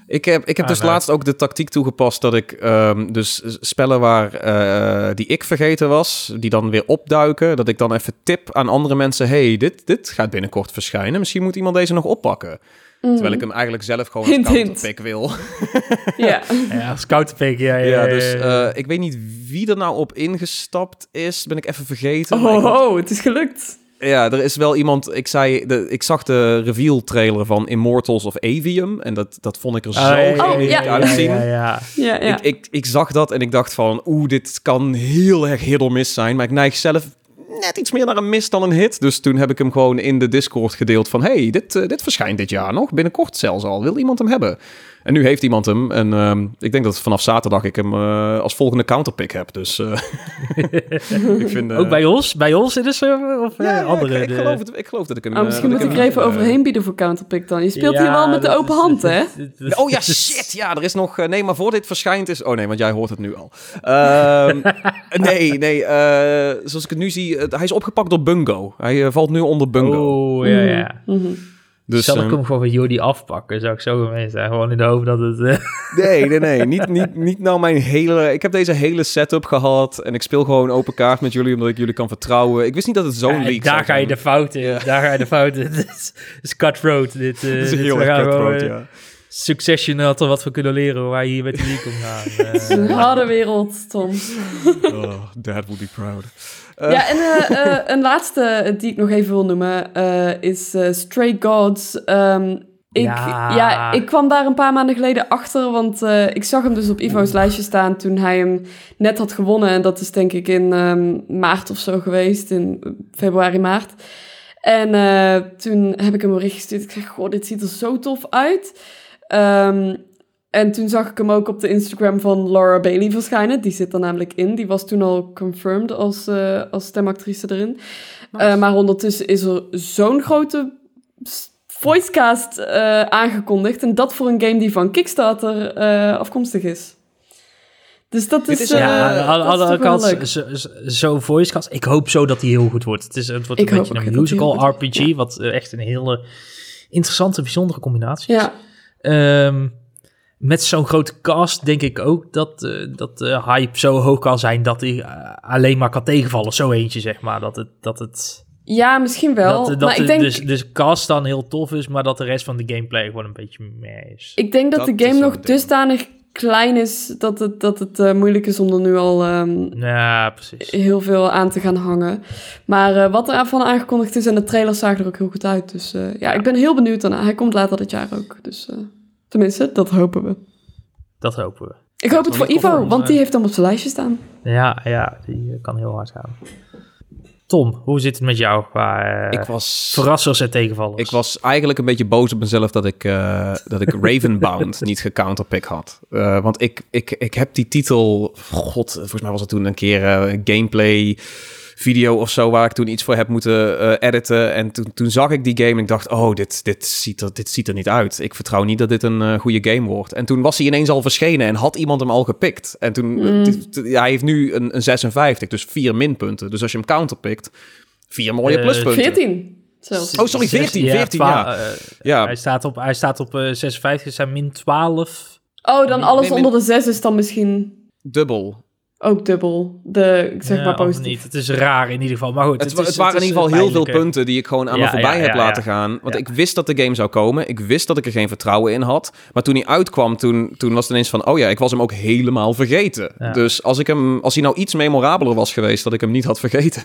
Ik heb, ik heb Ah, dus nice. laatst ook de tactiek toegepast dat ik um, dus spellen waar uh, die ik vergeten was, die dan weer opduiken, dat ik dan even tip aan andere mensen, hey, dit, dit gaat binnenkort verschijnen. Misschien moet iemand deze nog oppakken. Mm. Terwijl ik hem eigenlijk zelf gewoon als hint, counterpick wil. Ja. Ja, als counterpick, ja. Ja, ja, ja, dus ja. uh, ik weet niet wie er nou op ingestapt is. Ben ik even vergeten. Oh, ik had... oh, het is gelukt. Ja, er is wel iemand... Ik zei, de, ik zag de reveal trailer van Immortals of Avium. En dat, dat vond ik er zo Oh, geniet ja. uitzien. Ja, ja, Ja, ja. Ik, ik, ik zag dat en ik dacht van... Oeh, dit kan heel erg hit or miss zijn. Maar ik neig zelf net iets meer naar een miss dan een hit. Dus toen heb ik hem gewoon in de Discord gedeeld van... Hey, dit, uh, dit verschijnt dit jaar nog. Binnenkort zelfs al. Wil iemand hem hebben? En nu heeft iemand hem. En um, ik denk dat vanaf zaterdag ik hem uh, als volgende counterpick heb. Dus uh, ik vind... Uh, Ook bij ons? Bij ons in de server? Of ja, uh, andere? ik, ik, de... geloof het, ik geloof dat ik hem... Oh, misschien uh, moet ik hem, er even uh, overheen bieden voor counterpick dan. Je speelt Ja, hier wel met de dat open is- hand, hè? Oh ja, shit. Ja, er is nog... Uh, nee, maar voor dit verschijnt is... Oh nee, want jij hoort het nu al. Uh, nee, nee. Uh, zoals ik het nu zie... Uh, hij is opgepakt door Bungo. Hij uh, valt nu onder Bungo. Oh, ja, ja. Mm-hmm. Dus, Zal ik uh, hem gewoon van Jordi afpakken? Zou ik zo gemeen zijn? Gewoon in de hoop dat het... Uh... nee, nee, nee. Niet, niet, niet nou mijn hele... Ik heb deze hele setup gehad. En ik speel gewoon open kaart met jullie... omdat ik jullie kan vertrouwen. Ik wist niet dat het zo'n Ja, leak daar zou ga je zijn. de fout in. Ja. Daar ga je de fout in. Dit is, is cutthroat. Dit, uh, Het is dit, heel we erg gaan cutthroat, gewoon, uh, ja. Succession had er wat van kunnen leren... hoe wij hier met die leak omgaan. Het is een Uh, harde wereld, Tom. Oh, dad will be proud. Uh, Ja, en uh, uh, een laatste die ik nog even wil noemen uh, is uh, Stray Gods. Um, ik, Ja. ja, ik kwam daar een paar maanden geleden achter, want uh, ik zag hem dus op Ivo's lijstje staan toen hij hem net had gewonnen. En dat is denk ik in um, maart of zo geweest, in februari, maart. En uh, toen heb ik hem een bericht gestuurd. Ik zeg, goh, dit ziet er zo tof uit. Um, En toen zag ik hem ook op de Instagram van Laura Bailey verschijnen. Die zit er namelijk in. Die was toen al confirmed als, uh, als stemactrice erin. Nice. Uh, maar ondertussen is er zo'n grote voicecast uh, aangekondigd. En dat voor een game die van Kickstarter uh, afkomstig is. Dus dat is, is uh, ja, aan de andere kant, leuk. zo'n zo, zo voicecast. Ik hoop zo dat die heel goed wordt. Het, is, het wordt Ik een hoop beetje ook een dat die heel musical goed R P G... wordt, ja. wat uh, echt een hele interessante, bijzondere combinatie is. Ja. Um, met zo'n grote cast denk ik ook dat, uh, dat de hype zo hoog kan zijn... dat hij uh, alleen maar kan tegenvallen. Zo eentje, zeg maar. Dat het... Dat het ja, misschien wel. dat, dat maar de, ik denk, dus, dus cast dan heel tof is... maar dat de rest van de gameplay gewoon een beetje meh is. ik denk dat, Dat de game is nog een ding. dusdanig klein is... dat het, dat het uh, moeilijk is om er nu al... Um, Ja, precies. heel veel aan te gaan hangen. Maar uh, wat er van aangekondigd is... en de trailers zagen er ook heel goed uit. Dus uh, ja, ja, ik ben heel benieuwd daarna. Hij komt later dit jaar ook. Dus uh, tenminste, dat hopen we. Dat hopen we. Ik hoop het voor Ivo, confirmed, want uh, die heeft hem op zijn lijstje staan. Ja, ja, die uh, kan heel hard gaan. Tom, hoe zit het met jou qua uh, ik was... verrassers en tegenvallers? Ik was eigenlijk een beetje boos op mezelf dat ik, uh, dat ik Ravenbound niet gecounterpick had. Uh, want ik, ik, ik heb die titel... God, volgens mij was het toen een keer uh, gameplay video of zo... waar ik toen iets voor heb moeten uh, editen. En toen, toen zag ik die game en ik dacht... oh, dit, dit, ziet er, dit ziet er niet uit. Ik vertrouw niet dat dit een uh, goede game wordt. En toen was hij ineens al verschenen en had iemand hem al gepikt. En toen... Mm. t- t- hij heeft nu een, een zesenvijftig, dus vier minpunten. Dus als je hem counterpikt, vier mooie Uh, pluspunten. veertien zelfs. Oh, sorry, veertien, veertien, twa- ja. uh, Ja. Hij staat op, hij staat op uh, zesenvijftig, zijn min twaalf. Oh, dan alles Nee, nee. onder de zes is dan misschien Dubbel. ook dubbel. De, zeg Ja, maar of positief. niet. Het is raar in ieder geval. Maar goed, Het, het, wa- is, het waren is in ieder geval heel veel pijnlijk, hè. punten die ik gewoon aan Ja, me voorbij ja, heb ja, laten ja. gaan. Want Ja. ik wist dat de game zou komen. Ik wist dat ik er geen vertrouwen in had. Maar toen hij uitkwam, toen, toen was het ineens van... oh ja, ik was hem ook helemaal vergeten. Ja. Dus als, ik hem, als hij nou iets memorabeler was geweest... dat ik hem niet had vergeten.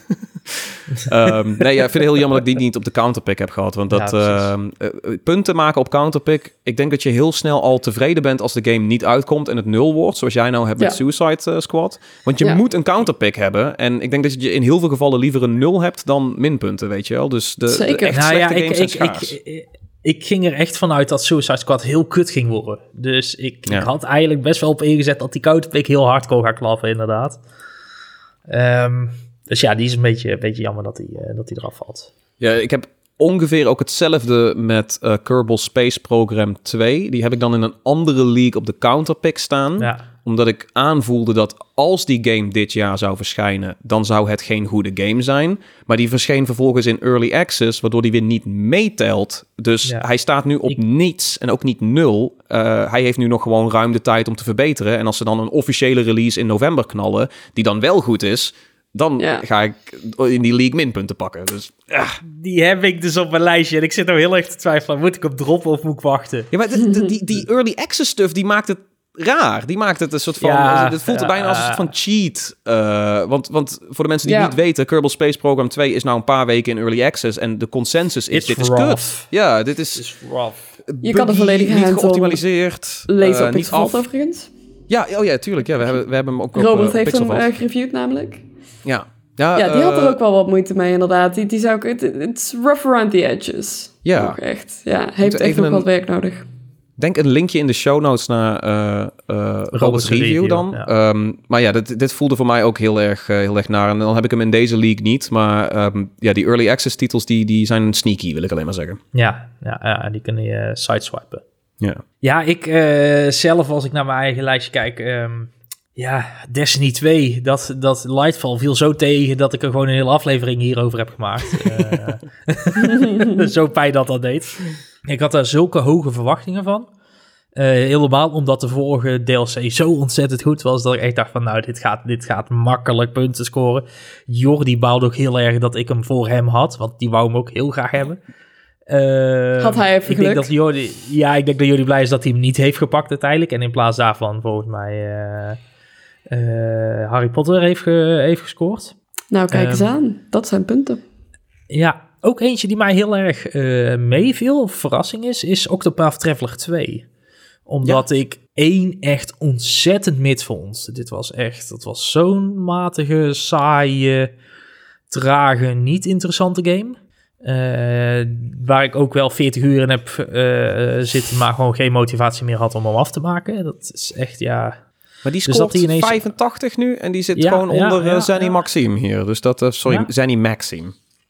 um, nee, ja, ik vind het heel jammer dat ik die niet op de counterpick heb gehad. Want dat Ja, um, uh, punten maken op counterpick... ik denk dat je heel snel al tevreden bent als de game niet uitkomt... en het nul wordt, zoals jij nou hebt met Ja. Suicide uh, Squad. Want je Ja. moet een counterpick hebben... En ik denk dat je in heel veel gevallen liever een nul hebt dan minpunten, weet je wel. Dus de, de Zeker. echt Nou ja, slechte ik, games ik, zijn ik, schaars. ik, ik ging er echt vanuit dat Suicide Squad heel kut ging worden. Dus ik, Ja. ik had eigenlijk best wel op ingezet dat die counterpick heel hard kon gaan klappen, inderdaad. Um, dus ja, die is een beetje, een beetje jammer dat die, uh, dat die eraf valt. Ja, ik heb ongeveer ook hetzelfde met uh, Kerbal Space Program twee. Die heb ik dan in een andere league op de counterpick staan. Ja. Omdat ik aanvoelde dat als die game dit jaar zou verschijnen, dan zou het geen goede game zijn. Maar die verscheen vervolgens in Early Access, waardoor die weer niet meetelt. Dus Ja. hij staat nu op Ik- niets en ook niet nul. Uh, hij heeft nu nog gewoon ruim de tijd om te verbeteren. En als ze dan een officiële release in november knallen, die dan wel goed is, dan Ja. ga ik in die league minpunten pakken. Dus ah. Die heb ik dus op mijn lijstje. En ik zit nou heel erg te twijfelen. Moet ik op droppen of moet ik wachten? Ja, maar de- de- die, die Early Access stuff, die maakt het raar. Die maakt het een soort van... Ja, het voelt er ja. bijna als een soort van cheat. Uh, want, want voor de mensen die Ja. niet weten, Kerbal Space Program twee is nou een paar weken in Early Access. En de consensus is, It's dit is rough. kut. Ja, dit is... is rough. Je kan de buggy, volledige niet hands-on geoptimaliseerd. lezen uh, op niet Pixelvault af. overigens. Ja, oh ja, tuurlijk. Ja, we, hebben, we hebben hem ook op Robert uh, heeft hem Pixelvault. uh, gereviewd namelijk. Ja. Ja, Ja, die had er uh, ook wel wat moeite mee inderdaad. Die, die zou ik... Het is rough around the edges. Ja. Nog echt. Ja, heeft echt even nog een- wat werk nodig. Denk een linkje in de show notes naar uh, uh, Robert's review, review, dan. ja. Um, maar ja, dit, dit voelde voor mij ook heel erg, uh, heel erg naar. En dan heb ik hem in deze league niet. Maar um, ja, die early access titels die, die zijn sneaky, wil ik alleen maar zeggen. Ja, ja, ja, die kun je uh, sideswipen. Ja. Ja, ik uh, zelf, als ik naar mijn eigen lijstje kijk... Um, ja, Destiny twee, dat, dat Lightfall viel zo tegen... dat ik er gewoon een hele aflevering hierover heb gemaakt. uh, zo pijn dat dat deed. Ik had daar zulke hoge verwachtingen van. Uh, helemaal omdat de vorige D L C zo ontzettend goed was... dat ik echt dacht van, nou, dit gaat, dit gaat makkelijk punten scoren. Jordi baalde ook heel erg dat ik hem voor hem had... want die wou hem ook heel graag hebben. Uh, Had hij even ik denk dat Jordi, Ja, ik denk dat Jordi blij is dat hij hem niet heeft gepakt uiteindelijk... en in plaats daarvan volgens mij... Uh, uh, Harry Potter heeft, ge, heeft gescoord. Nou, kijk eens Um, aan. Dat zijn punten. Ja, ook eentje die mij heel erg uh, meeviel, of verrassing is, is Octopath Traveler twee. Omdat ja. ik één echt ontzettend mid vond. Dit was echt, dat was zo'n matige, saaie, trage, niet interessante game. Uh, waar ik ook wel veertig uur in heb uh, zitten, maar gewoon geen motivatie meer had om hem af te maken. Dat is echt, ja... Maar die scoort dus ineens... vijfentachtig nu en die zit ja, gewoon ja, onder ja, uh, Zenny ja. Maxime hier. Dus dat, uh, sorry, ja. Zenny Maxime.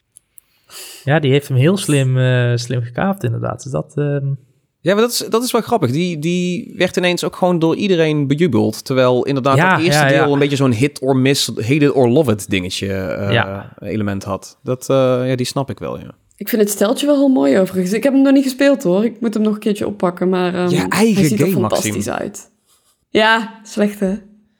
Ja, die heeft hem heel slim, uh, slim gekaapt inderdaad. Dus dat... Uh... Ja, maar dat is, dat is wel grappig. Die, die werd ineens ook gewoon door iedereen bejubeld. Terwijl inderdaad ja, het eerste ja, ja. deel een beetje zo'n hit or miss, hate it or love it dingetje uh, ja. element had. Dat, uh, ja, die snap ik wel, ja. Ik vind het steltje wel heel mooi overigens. Ik heb hem nog niet gespeeld hoor. Ik moet hem nog een keertje oppakken, maar um, je eigen hij ziet game, er fantastisch Maxime. uit. Ja, slecht hè?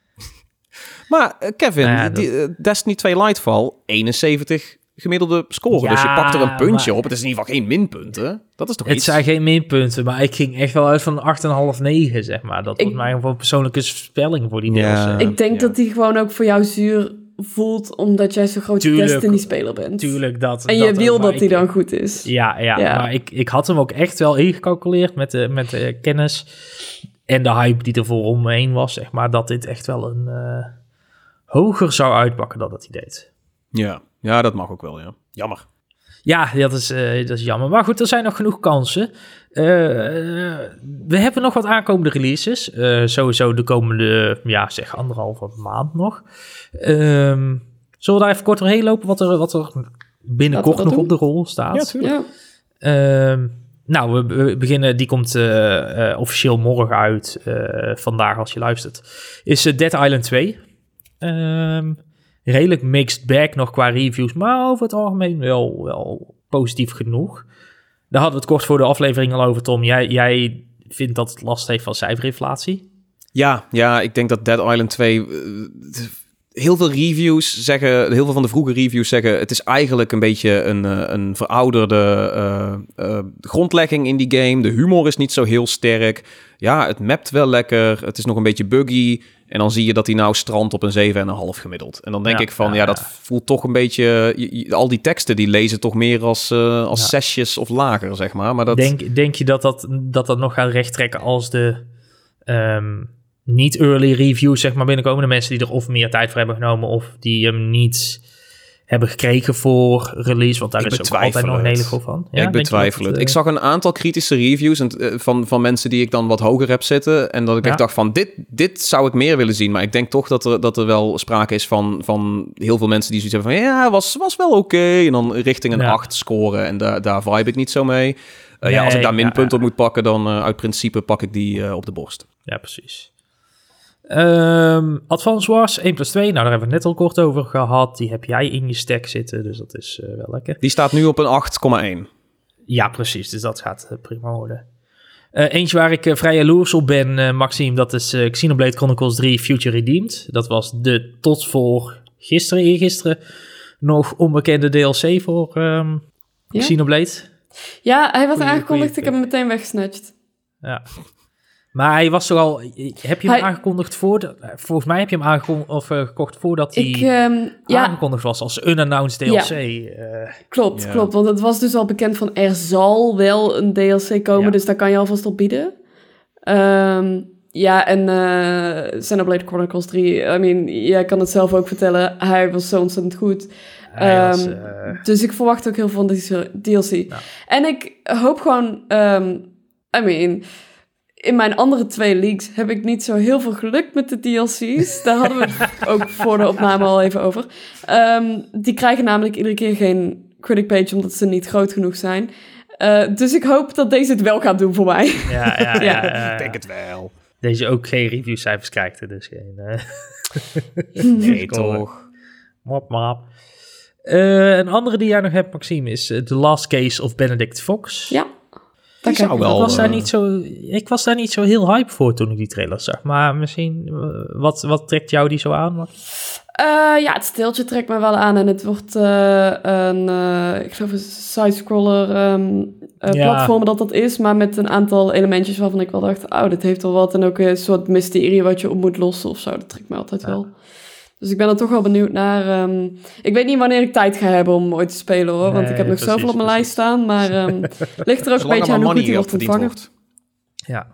Maar uh, Kevin, nou ja, die, dat... uh, Destiny twee Lightfall, eenenzeventig gemiddelde score. Ja, dus je pakt er een puntje maar... op. Het is in ieder geval geen minpunten. Dat is toch het iets? zijn geen minpunten, maar ik ging echt wel uit van acht komma vijf, negen, zeg maar. Dat ik... was mij gewoon een persoonlijke spelling voor die ja, deels. Ik denk ja. dat die gewoon ook voor jou zuur voelt, omdat jij zo'n grote Destiny-speler bent. Tuurlijk, dat. En dat je wil ook, dat ik... die dan goed is. Ja, ja, ja. Maar ik, ik had hem ook echt wel ingecalculeerd met de, met de kennis en de hype die er voor omheen was, zeg maar, dat dit echt wel een uh, hoger zou uitpakken dan dat hij deed. Ja. ja, dat mag ook wel, ja. Jammer. Ja, dat is, uh, dat is jammer. Maar goed, er zijn nog genoeg kansen. Uh, we hebben nog wat aankomende releases. Uh, sowieso de komende, ja, zeg anderhalve maand nog. Um, zullen we daar even kort doorheen lopen wat er, wat er binnenkort nog doen? op de rol staat? Ja, tuurlijk. Ja. Um, nou, we, we beginnen, die komt uh, uh, officieel morgen uit. Uh, vandaag als je luistert. Is uh, Dead Island twee. Um, redelijk mixed bag nog qua reviews, maar over het algemeen wel, wel positief genoeg. Daar hadden we het kort voor de aflevering al over, Tom. Jij, jij vindt dat het last heeft van cijferinflatie? Ja, ja, ik denk dat Dead Island twee... Uh, heel veel reviews zeggen, heel veel van de vroege reviews zeggen, het is eigenlijk een beetje een, uh, een verouderde uh, uh, grondlegging in die game. De humor is niet zo heel sterk. Ja, het mapt wel lekker. Het is nog een beetje buggy. En dan zie je dat hij nou strandt op een zeven komma vijf gemiddeld. En dan denk ja, ik van, ja, ja, dat voelt toch een beetje... Je, je, al die teksten, die lezen toch meer als, uh, als ja. zesjes of lager, zeg maar. maar dat... denk, denk je dat dat, dat dat nog gaat rechttrekken als de um, niet early reviews, zeg maar, binnenkomen? De mensen die er of meer tijd voor hebben genomen of die hem niet hebben gekregen voor release, want daar ik is ook altijd nog een hele groep van. Ja, ik betwijfel het. het. Uh... Ik zag een aantal kritische reviews en, uh, van, van mensen die ik dan wat hoger heb zitten en dat ik ja. echt dacht van, dit, dit zou ik meer willen zien, maar ik denk toch dat er, dat er wel sprake is van, van heel veel mensen die zoiets hebben van, ja, was, was wel oké, okay. En dan richting een ja. acht scoren en da, daar vibe ik niet zo mee. Uh, nee, ja, als ik daar minpunten ja, ja. op moet pakken, dan uh, uit principe pak ik die uh, op de borst. Ja, precies. Um, Advance Wars één plus twee, nou daar hebben we het net al kort over gehad. Die heb jij in je stack zitten, dus dat is uh, wel lekker. Die staat nu op een acht komma één. Ja, precies, dus dat gaat uh, prima worden. Uh, eentje waar ik uh, vrij jaloers op ben, uh, Maxime, dat is uh, Xenoblade Chronicles drie Future Redeemed. Dat was de tot voor gisteren, eergisteren, nog onbekende D L C voor um, ja? Xenoblade. Ja, hij was Goeie, aangekondigd, goeie ik heb hem meteen weggesnatcht. Ja. Maar hij was toch al... Heb je hem hij, aangekondigd voor... Volgens mij heb je hem aangekondigd of uh, gekocht voordat hij ik, um, aangekondigd ja. was als unannounced D L C. Ja. Uh, klopt, ja. klopt. Want het was dus al bekend van er zal wel een D L C komen, ja. dus daar kan je alvast op bieden. Um, ja, en uh, Xenoblade Chronicles drie, I mean, jij kan het zelf ook vertellen. Hij was zo ontzettend goed. Um, was, uh... Dus ik verwacht ook heel veel van deze D L C. Ja. En ik hoop gewoon... Um, I mean... In mijn andere twee leagues heb ik niet zo heel veel geluk met de D L C's. Daar hadden we het ook voor de opname al even over. Um, die krijgen namelijk iedere keer geen critic page, omdat ze niet groot genoeg zijn. Uh, dus ik hoop dat deze het wel gaat doen voor mij. Ja, ja, ja, ja, ja. Ik denk het wel. Deze ook geen reviewcijfers krijgt, dus geen... Uh... nee, toch. Mop, mop. Uh, een andere die jij nog hebt, Maxime, is uh, The Last Case of Benedict Fox. Ja. Dat zou wel, was daar niet zo, ik was daar niet zo heel hype voor toen ik die trailer zag. Maar misschien, uh, wat, wat trekt jou die zo aan? Uh, ja, het stiltje trekt me wel aan. En het wordt uh, een, uh, ik geloof een side-scroller um, uh, ja. platform dat dat is. Maar met een aantal elementjes waarvan ik wel dacht, oh, dit heeft wel wat. En ook een soort mysterie wat je op moet lossen of zo. Dat trekt me altijd ja. wel. Dus ik ben er toch wel benieuwd naar. Um, ik weet niet wanneer ik tijd ga hebben om ooit te spelen, hoor. Want nee, ik heb nog precies, zoveel op mijn precies. lijst staan. Maar um, ligt er ook een beetje aan hoe goed die wordt ontvangen. Wordt. Ja.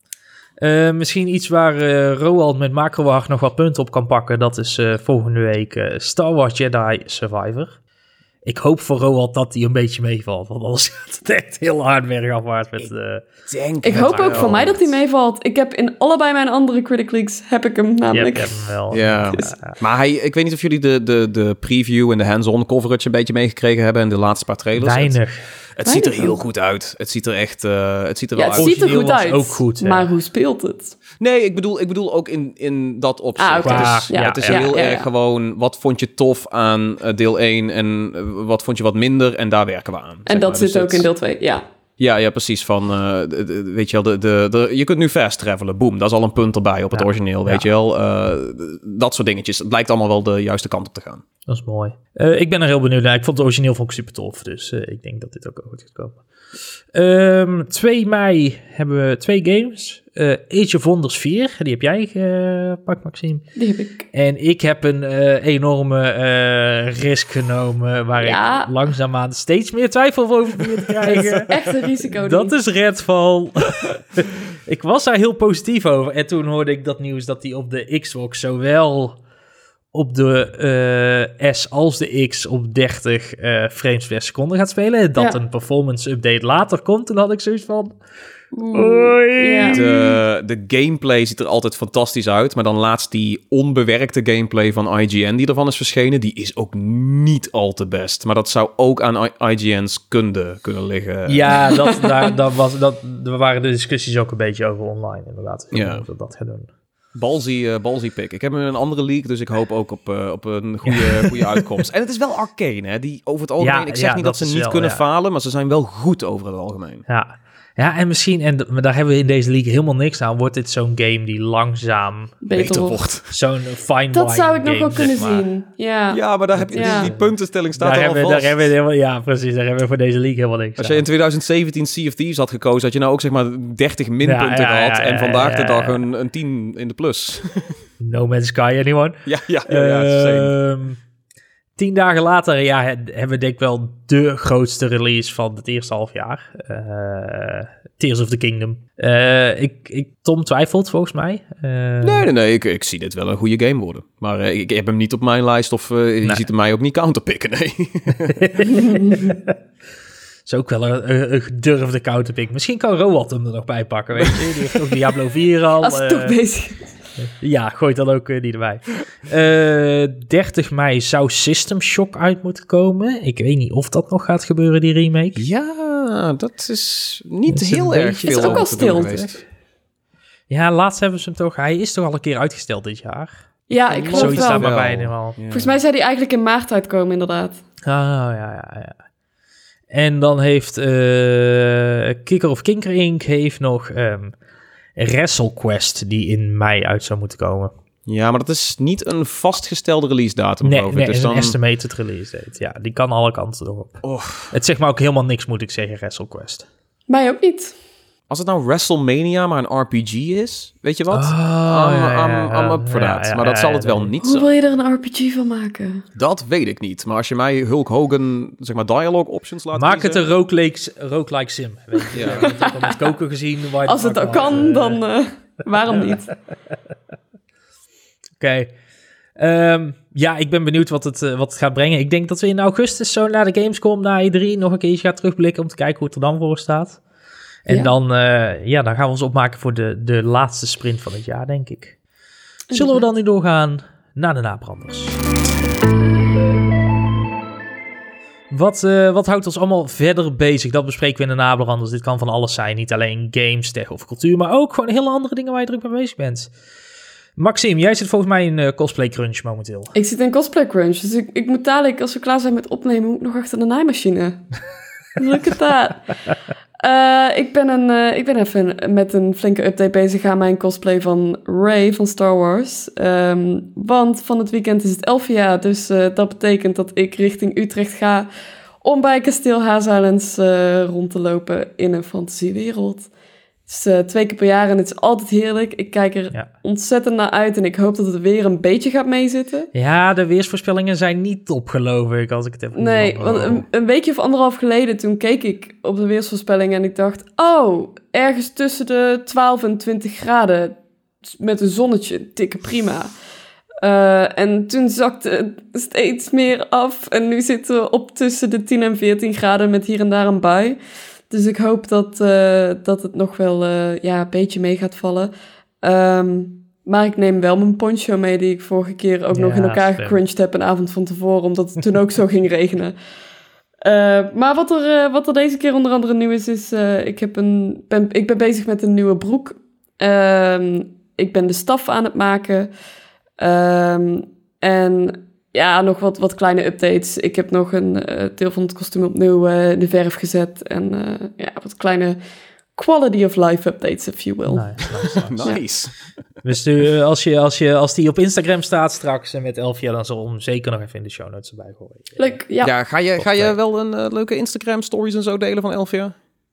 Uh, misschien iets waar uh, Roald met Macrowacht nog wat punten op kan pakken. Dat is uh, volgende week uh, Star Wars Jedi Survivor. Ik hoop voor Roald dat hij een beetje meevalt. Want anders gaat het echt heel hard bergafwaarts met... Uh, ik ik hoop ook wel. voor mij dat hij meevalt. Ik heb in allebei mijn andere Critic Leagues heb ik hem namelijk. Je hebt hem wel. Ja. Dus. Maar hij, ik weet niet of jullie de, de, de preview en de hands-on coverage een beetje meegekregen hebben en de laatste paar trailers. Weinig. Het, het ziet er heel goed uit. Het ziet er echt uh, het ziet er ja, wel het uit. ziet er goed uit, ook goed, maar hoe speelt het? Nee, ik bedoel, ik bedoel ook in, in dat opzicht. Ah, okay. Het is, ja, het is ja, heel ja, ja, erg ja. gewoon, wat vond je tof aan uh, deel één en uh, wat vond je wat minder en daar werken we aan. En dat maar. zit dus ook het, in deel twee, ja. Ja, ja, precies. Van, uh, de, de, weet je wel, de, de, de, je kunt nu fast travelen. Boom, dat is al een punt erbij op het ja. origineel, weet ja. je wel. Uh, dat soort dingetjes. Het lijkt allemaal wel de juiste kant op te gaan. Dat is mooi. Uh, ik ben er heel benieuwd naar. Ik vond het origineel vond ik super tof. Dus uh, ik denk dat dit ook goed gaat komen. Um, twee mei hebben we twee games. Uh, Age of Wonders vier, die heb jij gepakt, Maxime. Die heb ik. En ik heb een uh, enorme uh, risk genomen, waar ja. ik langzaamaan steeds meer twijfel over begin te krijgen. Dat is echt een risico. Dat is Redfall. Ik was daar heel positief over. En toen hoorde ik dat nieuws dat die op de Xbox zowel op de uh, S als de X op dertig uh, frames per seconde gaat spelen. Dat ja. een performance update later komt. Toen had ik zoiets van... Oei. Ja. De, de gameplay ziet er altijd fantastisch uit. Maar dan laatst die onbewerkte gameplay van I G N die ervan is verschenen. Die is ook niet al te best. Maar dat zou ook aan I G N's kunde kunnen liggen. Ja, dat, daar, dat was, dat, daar waren de discussies ook een beetje over online inderdaad. Ja. Of dat gaat doen. Balzy, uh, balzy pick. Ik heb hem in een andere league, dus ik hoop ook op, uh, op een goede, goede uitkomst. En het is wel Arcane, hè? Die over het algemeen... Ja, ik zeg ja, niet dat, dat ze niet wel, kunnen ja. falen, maar ze zijn wel goed over het algemeen. Ja, ja en misschien, en maar daar hebben we in deze league helemaal niks aan, wordt dit zo'n game die langzaam beter, beter wordt. Zo'n fine Dat zou ik game, nog wel kunnen zeg maar. zien. Ja. ja, maar daar heb je ja. die, die puntenstelling staat daar er al hebben, vast. Daar hebben we helemaal, ja, precies. Daar hebben we voor deze league helemaal niks Als aan. je in twintig zeventien Sea of Thieves had gekozen, had je nou ook zeg maar dertig minpunten ja, ja, ja, gehad. Ja, ja, en vandaag ja, ja, ja. de dag een, een tien in de plus. No Man's Sky, anyone? Ja, ja, ja. ja uh, Tien dagen later ja, hebben we denk ik wel de grootste release van het eerste half jaar. Uh, Tears of the Kingdom. Uh, ik, ik, Tom twijfelt volgens mij. Uh, nee, nee, nee. Ik, ik zie dit wel een goede game worden. Maar uh, ik, ik heb hem niet op mijn lijst of uh, je nee. ziet hem mij ook niet counterpicken, nee. is ook wel een, een, een gedurfde counterpick. Misschien kan Roald hem er nog bij pakken, weet je. Die heeft ook Diablo vier al. Als het uh, toch bezig is. Ja, gooit dan ook uh, die erbij. Uh, dertig mei zou System Shock uit moeten komen. Ik weet niet of dat nog gaat gebeuren, die remake. Ja, dat is niet dat is heel erg veel. Het is ook al stil. Ja, laatst hebben ze hem toch... Hij is toch al een keer uitgesteld dit jaar? Ja, ik geloof Zoiets wel. staat maar wel. bij in ieder geval. Ja. Volgens mij zou die eigenlijk in maart uitkomen, inderdaad. Ah, ja, ja, ja. En dan heeft uh, Kicker of Kinker Incorporated heeft nog um, WrestleQuest die in mei uit zou moeten komen. Ja, maar dat is niet een vastgestelde release datum, Nee, geloof ik. nee, Dus is dan... een estimated release date. Ja, die kan alle kanten erop. Oh. Het zegt maar ook helemaal niks, moet ik zeggen, WrestleQuest. Mij ook niet. Als het nou WrestleMania maar een R P G is, weet je wat? Oh, I'm, ja, ja, I'm, I'm up for ja, that. ja, maar dat ja, zal ja, het wel nee. niet Hoe zijn. wil je er een R P G van maken? Dat weet ik niet. Maar als je mij Hulk Hogan, zeg maar, dialogue options laat Maak het kiezen... een roguelike, roguelike sim. Weet je, Ja. we hebben het ook al met koken gezien. waar je Als het maakt ook wel, kan, eh, dan uh, waarom niet? Oké. Okay. Um, ja, ik ben benieuwd wat het, uh, wat het gaat brengen. Ik denk dat we in augustus zo naar de Gamescom, naar E drie, nog een keertje gaan terugblikken om te kijken hoe het er dan voor staat. En Ja. dan uh, ja, dan gaan we ons opmaken voor de, de laatste sprint van het jaar, denk ik. Zullen we dan nu doorgaan naar de nabranders? Wat, uh, wat houdt ons allemaal verder bezig? Dat bespreken we in de nabranders. Dit kan van alles zijn. Niet alleen games, tech of cultuur, maar ook gewoon hele andere dingen waar je druk mee bezig bent. Maxime, jij zit volgens mij in uh, Cosplay Crunch momenteel. Ik zit in Cosplay Crunch, dus ik, ik moet dadelijk, als we klaar zijn met opnemen, moet ik nog achter de naaimachine. Look at that. Uh, ik, ben een, uh, ik ben even met een flinke update bezig aan mijn cosplay van Rey van Star Wars. Um, want van het weekend is het Elfia, dus uh, dat betekent dat ik richting Utrecht ga om bij Kasteel Haarzuilens uh, rond te lopen in een fantasiewereld. Het is uh, twee keer per jaar en het is altijd heerlijk. Ik kijk er Ja. ontzettend naar uit en ik hoop dat het weer een beetje gaat meezitten. Ja, de weersvoorspellingen zijn niet top, geloof ik, als ik het heb Nee, gezien. want een, een weekje of anderhalf geleden, toen keek ik op de weersvoorspellingen en ik dacht, oh, ergens tussen de twaalf en twintig graden met een zonnetje, tikken prima. Uh, en toen zakte het steeds meer af en nu zitten we op tussen de tien en veertien graden met hier en daar een bui. Dus ik hoop dat, uh, dat het nog wel uh, ja, een beetje mee gaat vallen. Um, maar ik neem wel mijn poncho mee, die ik vorige keer ook Ja, nog in elkaar slim. gecrunched heb een avond van tevoren, omdat het toen ook zo ging regenen. Uh, maar wat er, uh, wat er deze keer onder andere nieuw is, is uh, ik, heb een, ben, ik ben bezig met een nieuwe broek. Um, ik ben de staf aan het maken. Um, en ja, nog wat, wat kleine updates. Ik heb nog een uh, deel van het kostuum opnieuw uh, in de verf gezet. En uh, ja, wat kleine quality of life updates, if you will. Nice, nice, nice. Nice. Dus uh, als, je, als, je, als die op Instagram staat straks en met Elfia, dan zal hem zeker nog even in de show notes erbij gooien. Leuk, ja. Ja, ga je, ga Cosplay. je wel een uh, leuke Instagram stories en zo delen van Elfia?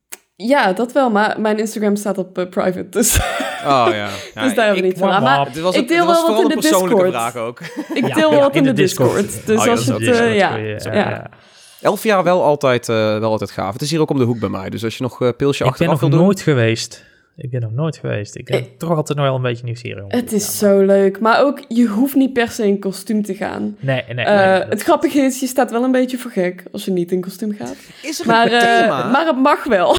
Ja, dat wel. Maar mijn Instagram staat op uh, private, dus, Oh ja. ja dus daar hebben we niet van aan. Maar Dit was, ik het, deel dit was wel wat vooral in een de persoonlijke Discord. vraag ook. ik Ja, deel wel ja, wat in de Discord. Discord. Dus Oh ja, als je dat het... is ook Uh, zo. ja, Ja, ja. ja, ja. Elfia wel altijd, uh, wel altijd gaaf. Het is hier ook om de hoek bij mij. Dus als je nog uh, pilsje Ik ben achteraf nog wil doen... nooit geweest. Ik ben nog nooit geweest. Ik ben Ik- toch altijd nog wel een beetje nieuwsgierig. om Het te is gaan. zo leuk. Maar ook, je hoeft niet per se in kostuum te gaan. Nee, nee, nee. Uh, dat- het grappige is, je staat wel een beetje voor gek als je niet in kostuum gaat. Is er Maar, een uh, thema? maar het mag wel.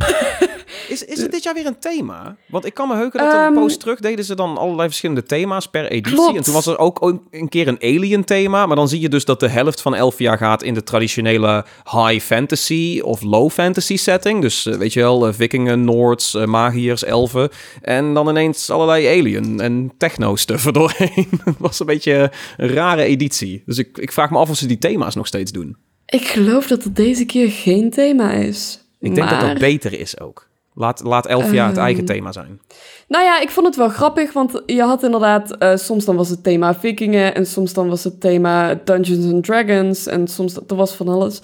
Is, is het dit jaar weer een thema? Want ik kan me heuken dat een Um, post terug deden ze dan allerlei verschillende thema's per editie. Klopt. En toen was er ook ook een keer een alien thema. Maar dan zie je dus dat de helft van Elfia gaat in de traditionele high fantasy of low fantasy setting. Dus uh, weet je wel, uh, vikingen, Noords, uh, magiërs, elfen. En dan ineens allerlei alien en techno stuff er doorheen. Het was een beetje een rare editie. Dus ik, ik vraag me af of ze die thema's nog steeds doen. Ik geloof dat het deze keer geen thema is. Ik denk maar... dat dat beter is ook. Laat, laat Elfia het Um, eigen thema zijn. Nou ja, ik vond het wel grappig, want je had inderdaad... Uh, soms dan was het thema vikingen en soms dan was het thema Dungeons and Dragons en soms... Er was van alles.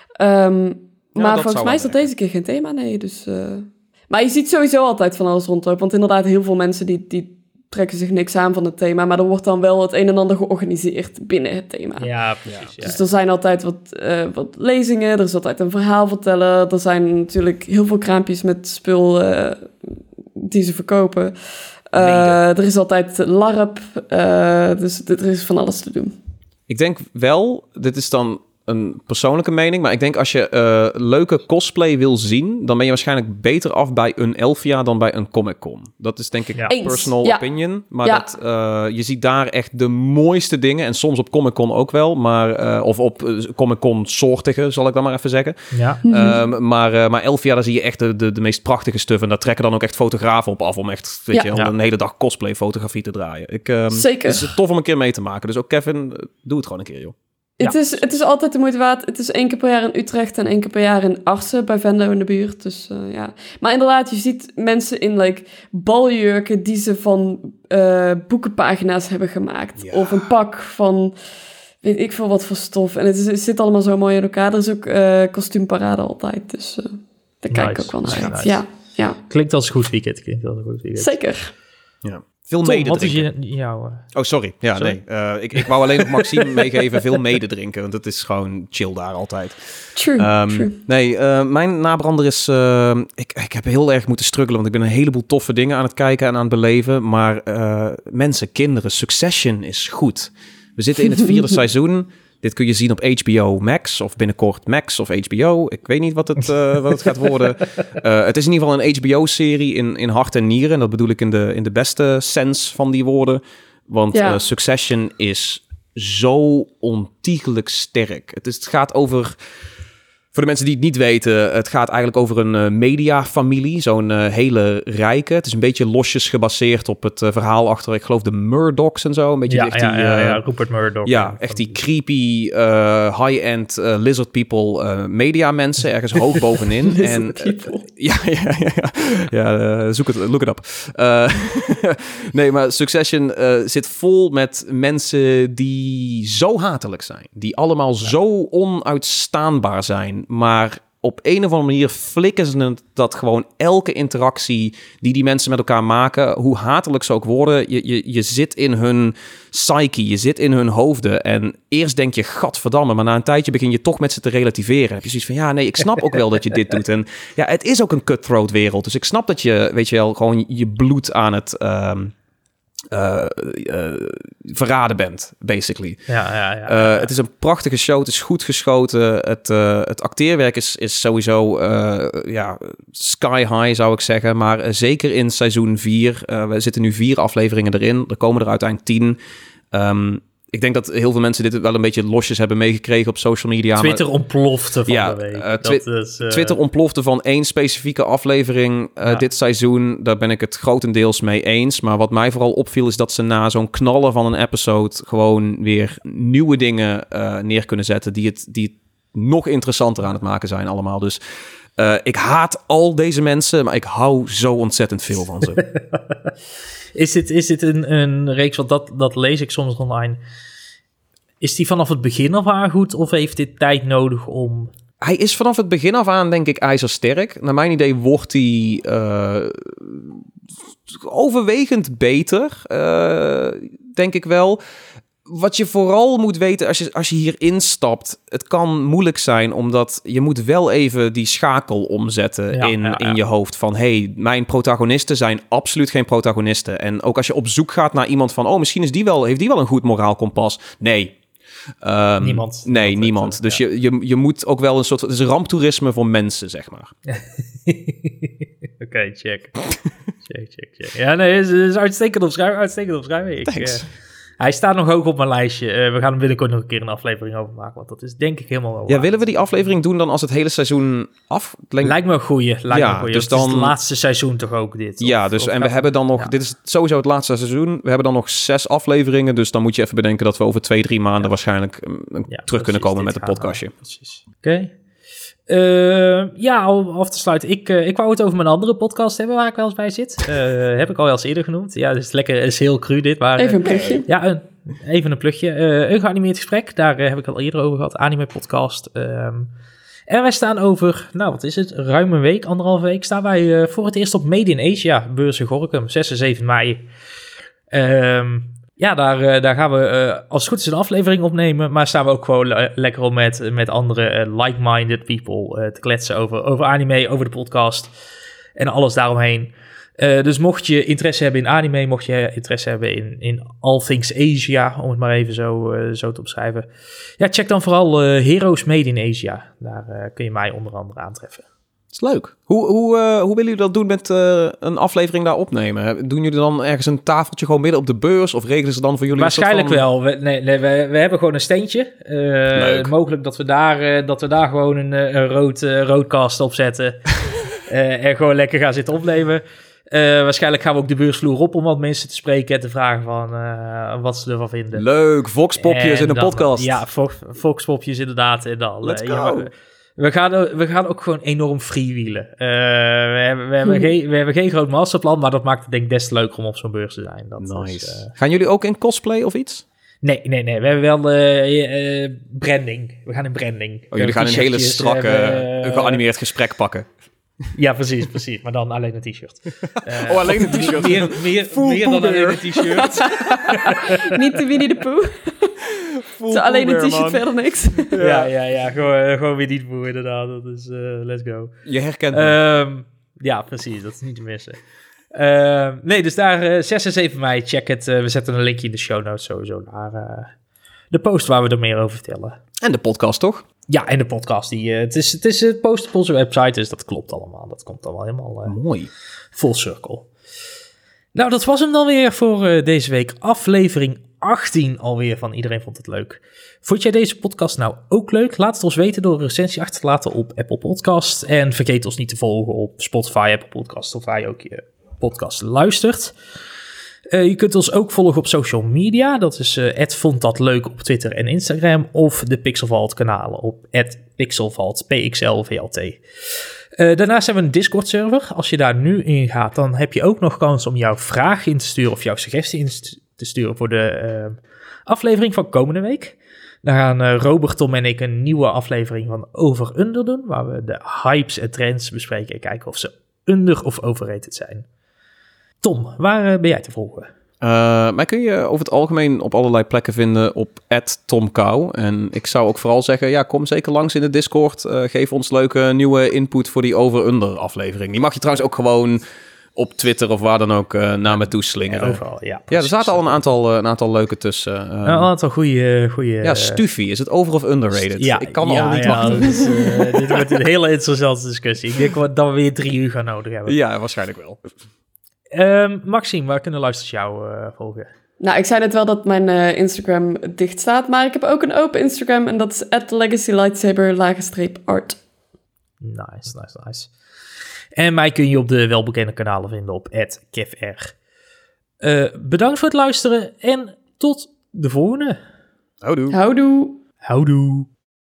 Um, maar dat volgens zou mij is wel dat deze keer geen thema, nee. Dus, uh... Maar je ziet sowieso altijd van alles rondlopen, want inderdaad heel veel mensen die... die trekken zich niks aan van het thema, maar er wordt dan wel het een en ander georganiseerd binnen het thema. Ja, precies. Ja. Dus er zijn altijd wat, uh, wat lezingen, er is altijd een verhaal vertellen. Er zijn natuurlijk heel veel kraampjes met spul uh, die ze verkopen. Uh, er is altijd LARP, uh, dus er is van alles te doen. Ik denk wel, dit is dan een persoonlijke mening, maar ik denk als je uh, leuke cosplay wil zien, dan ben je waarschijnlijk beter af bij een Elfia dan bij een Comic-Con. Dat is denk ik ja. personal ja. opinion, maar ja. dat, uh, je ziet daar echt de mooiste dingen en soms op Comic-Con ook wel, maar uh, of op uh, Comic-Con-soortige, zal ik dan maar even zeggen. Ja. Mm-hmm. Um, maar, uh, maar Elfia, daar zie je echt de, de, de meest prachtige stuff en daar trekken dan ook echt fotografen op af om echt, weet ja. je, ja. een hele dag cosplay-fotografie te draaien. Ik, um, Zeker. Het is tof om een keer mee te maken, dus ook Kevin, doe het gewoon een keer, joh. Het, ja. is, het is altijd de moeite waard. Het is één keer per jaar in Utrecht en één keer per jaar in Arsen bij Venlo in de buurt. Dus uh, ja. Maar inderdaad, je ziet mensen in like, baljurken die ze van uh, boekenpagina's hebben gemaakt. Ja. Of een pak van weet ik veel wat voor stof. En het, is, het zit allemaal zo mooi in elkaar. Er is ook uh, kostuumparade altijd. Dus uh, daar kijk ik ook wel naar uit. Nice. Ja, ja. Klinkt als een goed weekend. Klinkt als een goed weekend. Zeker. Ja. Veel mededrinken. Wat is je, jouw... Uh... Oh, sorry. Ja, sorry. nee. Uh, ik, ik wou alleen nog Maxime meegeven. Veel mededrinken, want het is gewoon chill daar altijd. True, um, true. Nee, uh, mijn nabrander is... Uh, ik, ik heb heel erg moeten struggelen, want ik ben een heleboel toffe dingen aan het kijken en aan het beleven. Maar uh, mensen, kinderen, Succession is goed. We zitten in het vierde seizoen. Dit kun je zien op H B O Max of binnenkort Max of H B O. Ik weet niet wat het, uh, wat het gaat worden. Uh, het is in ieder geval een H B O-serie in, in hart en nieren. En dat bedoel ik in de, in de beste sens van die woorden. Want ja. uh, Succession is zo ontiegelijk sterk. Het, is, het gaat over... Voor de mensen die het niet weten, het gaat eigenlijk over een uh, mediafamilie, zo'n uh, hele rijke. Het is een beetje losjes gebaseerd op het uh, verhaal achter, ik geloof, de Murdochs en zo. Een beetje ja, echt ja, die, uh, ja, ja, Rupert Murdoch. Ja, echt die creepy, uh, high-end uh, lizard people uh, media mensen, ergens hoog bovenin. en, uh, ja, ja, ja, ja. ja uh, zoek het, look it up. Uh, nee, maar Succession uh, zit vol met mensen die zo hatelijk zijn. Die allemaal ja. zo onuitstaanbaar zijn. Maar op een of andere manier flikken ze dat gewoon elke interactie die die mensen met elkaar maken, hoe hatelijk ze ook worden, je, je, je zit in hun psyche, je zit in hun hoofden. En eerst denk je, gadverdamme, maar na een tijdje begin je toch met ze te relativeren. Heb je zoiets van, ja, nee, ik snap ook wel dat je dit doet. En ja, het is ook een cutthroat wereld. Dus ik snap dat je, weet je wel, gewoon je bloed aan het... Um, Uh, uh, verraden bent, basically. Ja, ja, ja, ja. Uh, het is een prachtige show, het is goed geschoten. Het, uh, het acteerwerk is, is sowieso uh, ja, sky high, zou ik zeggen. Maar uh, zeker in seizoen vier. Uh, we zitten nu vier afleveringen erin. Er komen er uiteindelijk tien. Um, ik denk dat heel veel mensen dit wel een beetje losjes hebben meegekregen op social media. Twitter maar, ontplofte van ja, de week. Uh, twi- dat is, uh... Twitter ontplofte van één specifieke aflevering uh, ja. dit seizoen. Daar ben ik het grotendeels mee eens. Maar wat mij vooral opviel is dat ze na zo'n knallen van een episode gewoon weer nieuwe dingen uh, neer kunnen zetten die het, die het nog interessanter aan het maken zijn allemaal. Dus uh, ik haat al deze mensen, maar ik hou zo ontzettend veel van ze. Is dit, is dit een, een reeks, want dat, dat lees ik soms online. Is die vanaf het begin af aan goed of heeft dit tijd nodig om... Hij is vanaf het begin af aan, denk ik, ijzersterk. Naar mijn idee wordt hij uh, overwegend beter, uh, denk ik wel. Wat je vooral moet weten als je, als je hier instapt, het kan moeilijk zijn, omdat je moet wel even die schakel omzetten ja, in, ja, ja. in je hoofd. Van, hey, mijn protagonisten zijn absoluut geen protagonisten. En ook als je op zoek gaat naar iemand van, oh, misschien is die wel, heeft die wel een goed moraalkompas. Nee. Um, niemand. Nee, niemand. niemand. Dus ja. je, je, je moet ook wel een soort... Het is een ramptoerisme voor mensen, zeg maar. Oké, okay, check. check, check, check. Ja, nee, het is uitstekend opschrijven. Uitstekend opschrijven. Ik, uh, hij staat nog hoog op mijn lijstje. Uh, we gaan hem binnenkort nog een keer een aflevering over maken, want dat is denk ik helemaal wel Ja, waar. Willen we die aflevering doen dan als het hele seizoen af... Lijkt, lijkt me een goeie. Lijkt ja, me een goeie. Dus dan... Het is het laatste seizoen toch ook dit? Ja, of, dus of en we hebben dan nog... Ja. Dit is sowieso het laatste seizoen. We hebben dan nog zes afleveringen, dus dan moet je even bedenken dat we over twee, drie maanden ja. waarschijnlijk um, ja, terug precies, kunnen komen met een podcastje. Precies. Oké. Okay. Uh, ja, om af te sluiten. Ik, uh, ik wou het over mijn andere podcast hebben waar ik wel eens bij zit. Uh, heb ik al wel eens eerder genoemd. Ja, dus lekker, is heel cru dit. Maar, even een plugje. Uh, ja, een, even een plugje. Uh, een geanimeerd gesprek, daar uh, heb ik al eerder over gehad. Anime podcast. Um, en wij staan over, nou wat is het, ruim een week, anderhalve week, staan wij uh, voor het eerst op Made in Asia, beurs in Gorinchem, zes en zeven mei. Um, Ja, daar, uh, daar gaan we uh, als het goed is een aflevering opnemen. Maar staan we ook gewoon uh, lekker om met, met andere uh, like-minded people uh, te kletsen over, over anime, over de podcast en alles daaromheen. Uh, dus mocht je interesse hebben in anime, mocht je interesse hebben in, in all things Asia, om het maar even zo, uh, zo te omschrijven. Ja, check dan vooral uh, Heroes Made in Asia. Daar uh, kun je mij onder andere aantreffen. Dat is leuk. Hoe, hoe, uh, hoe willen jullie dat doen met uh, een aflevering daar opnemen? Doen jullie dan ergens een tafeltje gewoon midden op de beurs? Of regelen ze dan voor jullie Waarschijnlijk een soort van... wel. We, nee, nee, we, we hebben gewoon een steentje. Uh, mogelijk dat we daar, uh, dat we daar gewoon een, een rood, uh, roodcast op zetten. uh, en gewoon lekker gaan zitten opnemen. Uh, waarschijnlijk gaan we ook de beursvloer op om wat mensen te spreken en te vragen van uh, wat ze ervan vinden. Leuk, voxpopjes in de podcast. Ja, vo- voxpopjes inderdaad. En dan, Let's uh, go. Ja, we, we, gaan, we gaan ook gewoon enorm freewheelen. Uh, we, hebben, we, hebben geen, we hebben geen groot masterplan, maar dat maakt het denk ik des te leuker om op zo'n beurs te zijn. Dat nice. Is, uh... Gaan jullie ook in cosplay of iets? Nee, nee, nee. We hebben wel uh, uh, branding. We gaan in branding. Oh, jullie gaan een hele strakke, hebben, uh, geanimeerd gesprek pakken. Ja, precies, precies. Maar dan alleen een t-shirt. Uh, oh, alleen een t-shirt? Meer, meer, meer dan alleen een t-shirt. Niet de Winnie de Pooh. Zo alleen een t-shirt, man. Verder niks. Ja, ja, ja. ja. Gewoon, uh, gewoon weer niet moe, inderdaad. Dat is, uh, let's go. Je herkent me. Um, ja, precies. Dat is niet te missen. Uh, nee, dus daar uh, zes en zeven mei, check het. Uh, we zetten een linkje in de show notes sowieso naar uh, de post waar we er meer over vertellen. En de podcast, toch? Ja, en de podcast. Die, uh, het is het is het post op onze website, dus dat klopt allemaal. Dat komt allemaal helemaal uh, mooi. Full circle. Nou, dat was hem dan weer voor uh, deze week. Aflevering achttien alweer van Iedereen Vond Het Leuk. Vond jij deze podcast nou ook leuk? Laat het ons weten door een recensie achter te laten op Apple Podcast. En vergeet ons niet te volgen op Spotify, Apple Podcast of waar je ook je podcast luistert. Uh, je kunt ons ook volgen op social media. Dat is uh, at vond dat leuk op Twitter en Instagram. Of de Pixelvault kanalen op at Pixelvault, P X L V L T. Uh, daarnaast hebben we een Discord server. Als je daar nu in gaat, dan heb je ook nog kans om jouw vraag in te sturen of jouw suggestie in te sturen voor de uh, aflevering van komende week. Dan gaan uh, Robert, Tom en ik een nieuwe aflevering van Over Under doen, waar we de hypes en trends bespreken en kijken of ze under of overrated zijn. Tom, waar uh, ben jij te volgen? Uh, mij kun je over het algemeen op allerlei plekken vinden op at Tom Kou. En ik zou ook vooral zeggen, ja, kom zeker langs in de Discord. Uh, geef ons leuke nieuwe input voor die over-under aflevering. Die mag je trouwens ook gewoon op Twitter of waar dan ook uh, naar me toe slingeren. Ja, overal, ja. Ja, er zaten al een aantal, uh, een aantal leuke tussen. Um, een aantal goede... goede ja, Stufie. Is het over of underrated? Ja, ik kan ja, al niet ja, wachten. Dus, uh, dit wordt een hele interessante discussie. Ik denk dat we weer drie uur gaan nodig hebben. Ja, waarschijnlijk wel. Um, Maxime, waar kunnen luisteraars jou uh, volgen? Nou, ik zei net wel dat mijn uh, Instagram dicht staat, maar ik heb ook een open Instagram en dat is at legacylightsaber lagenstreep art. Nice, nice, nice. En mij kun je op de welbekende kanalen vinden op at kevr. Uh, bedankt voor het luisteren en tot de volgende. Houdoe. Houdoe. Houdoe.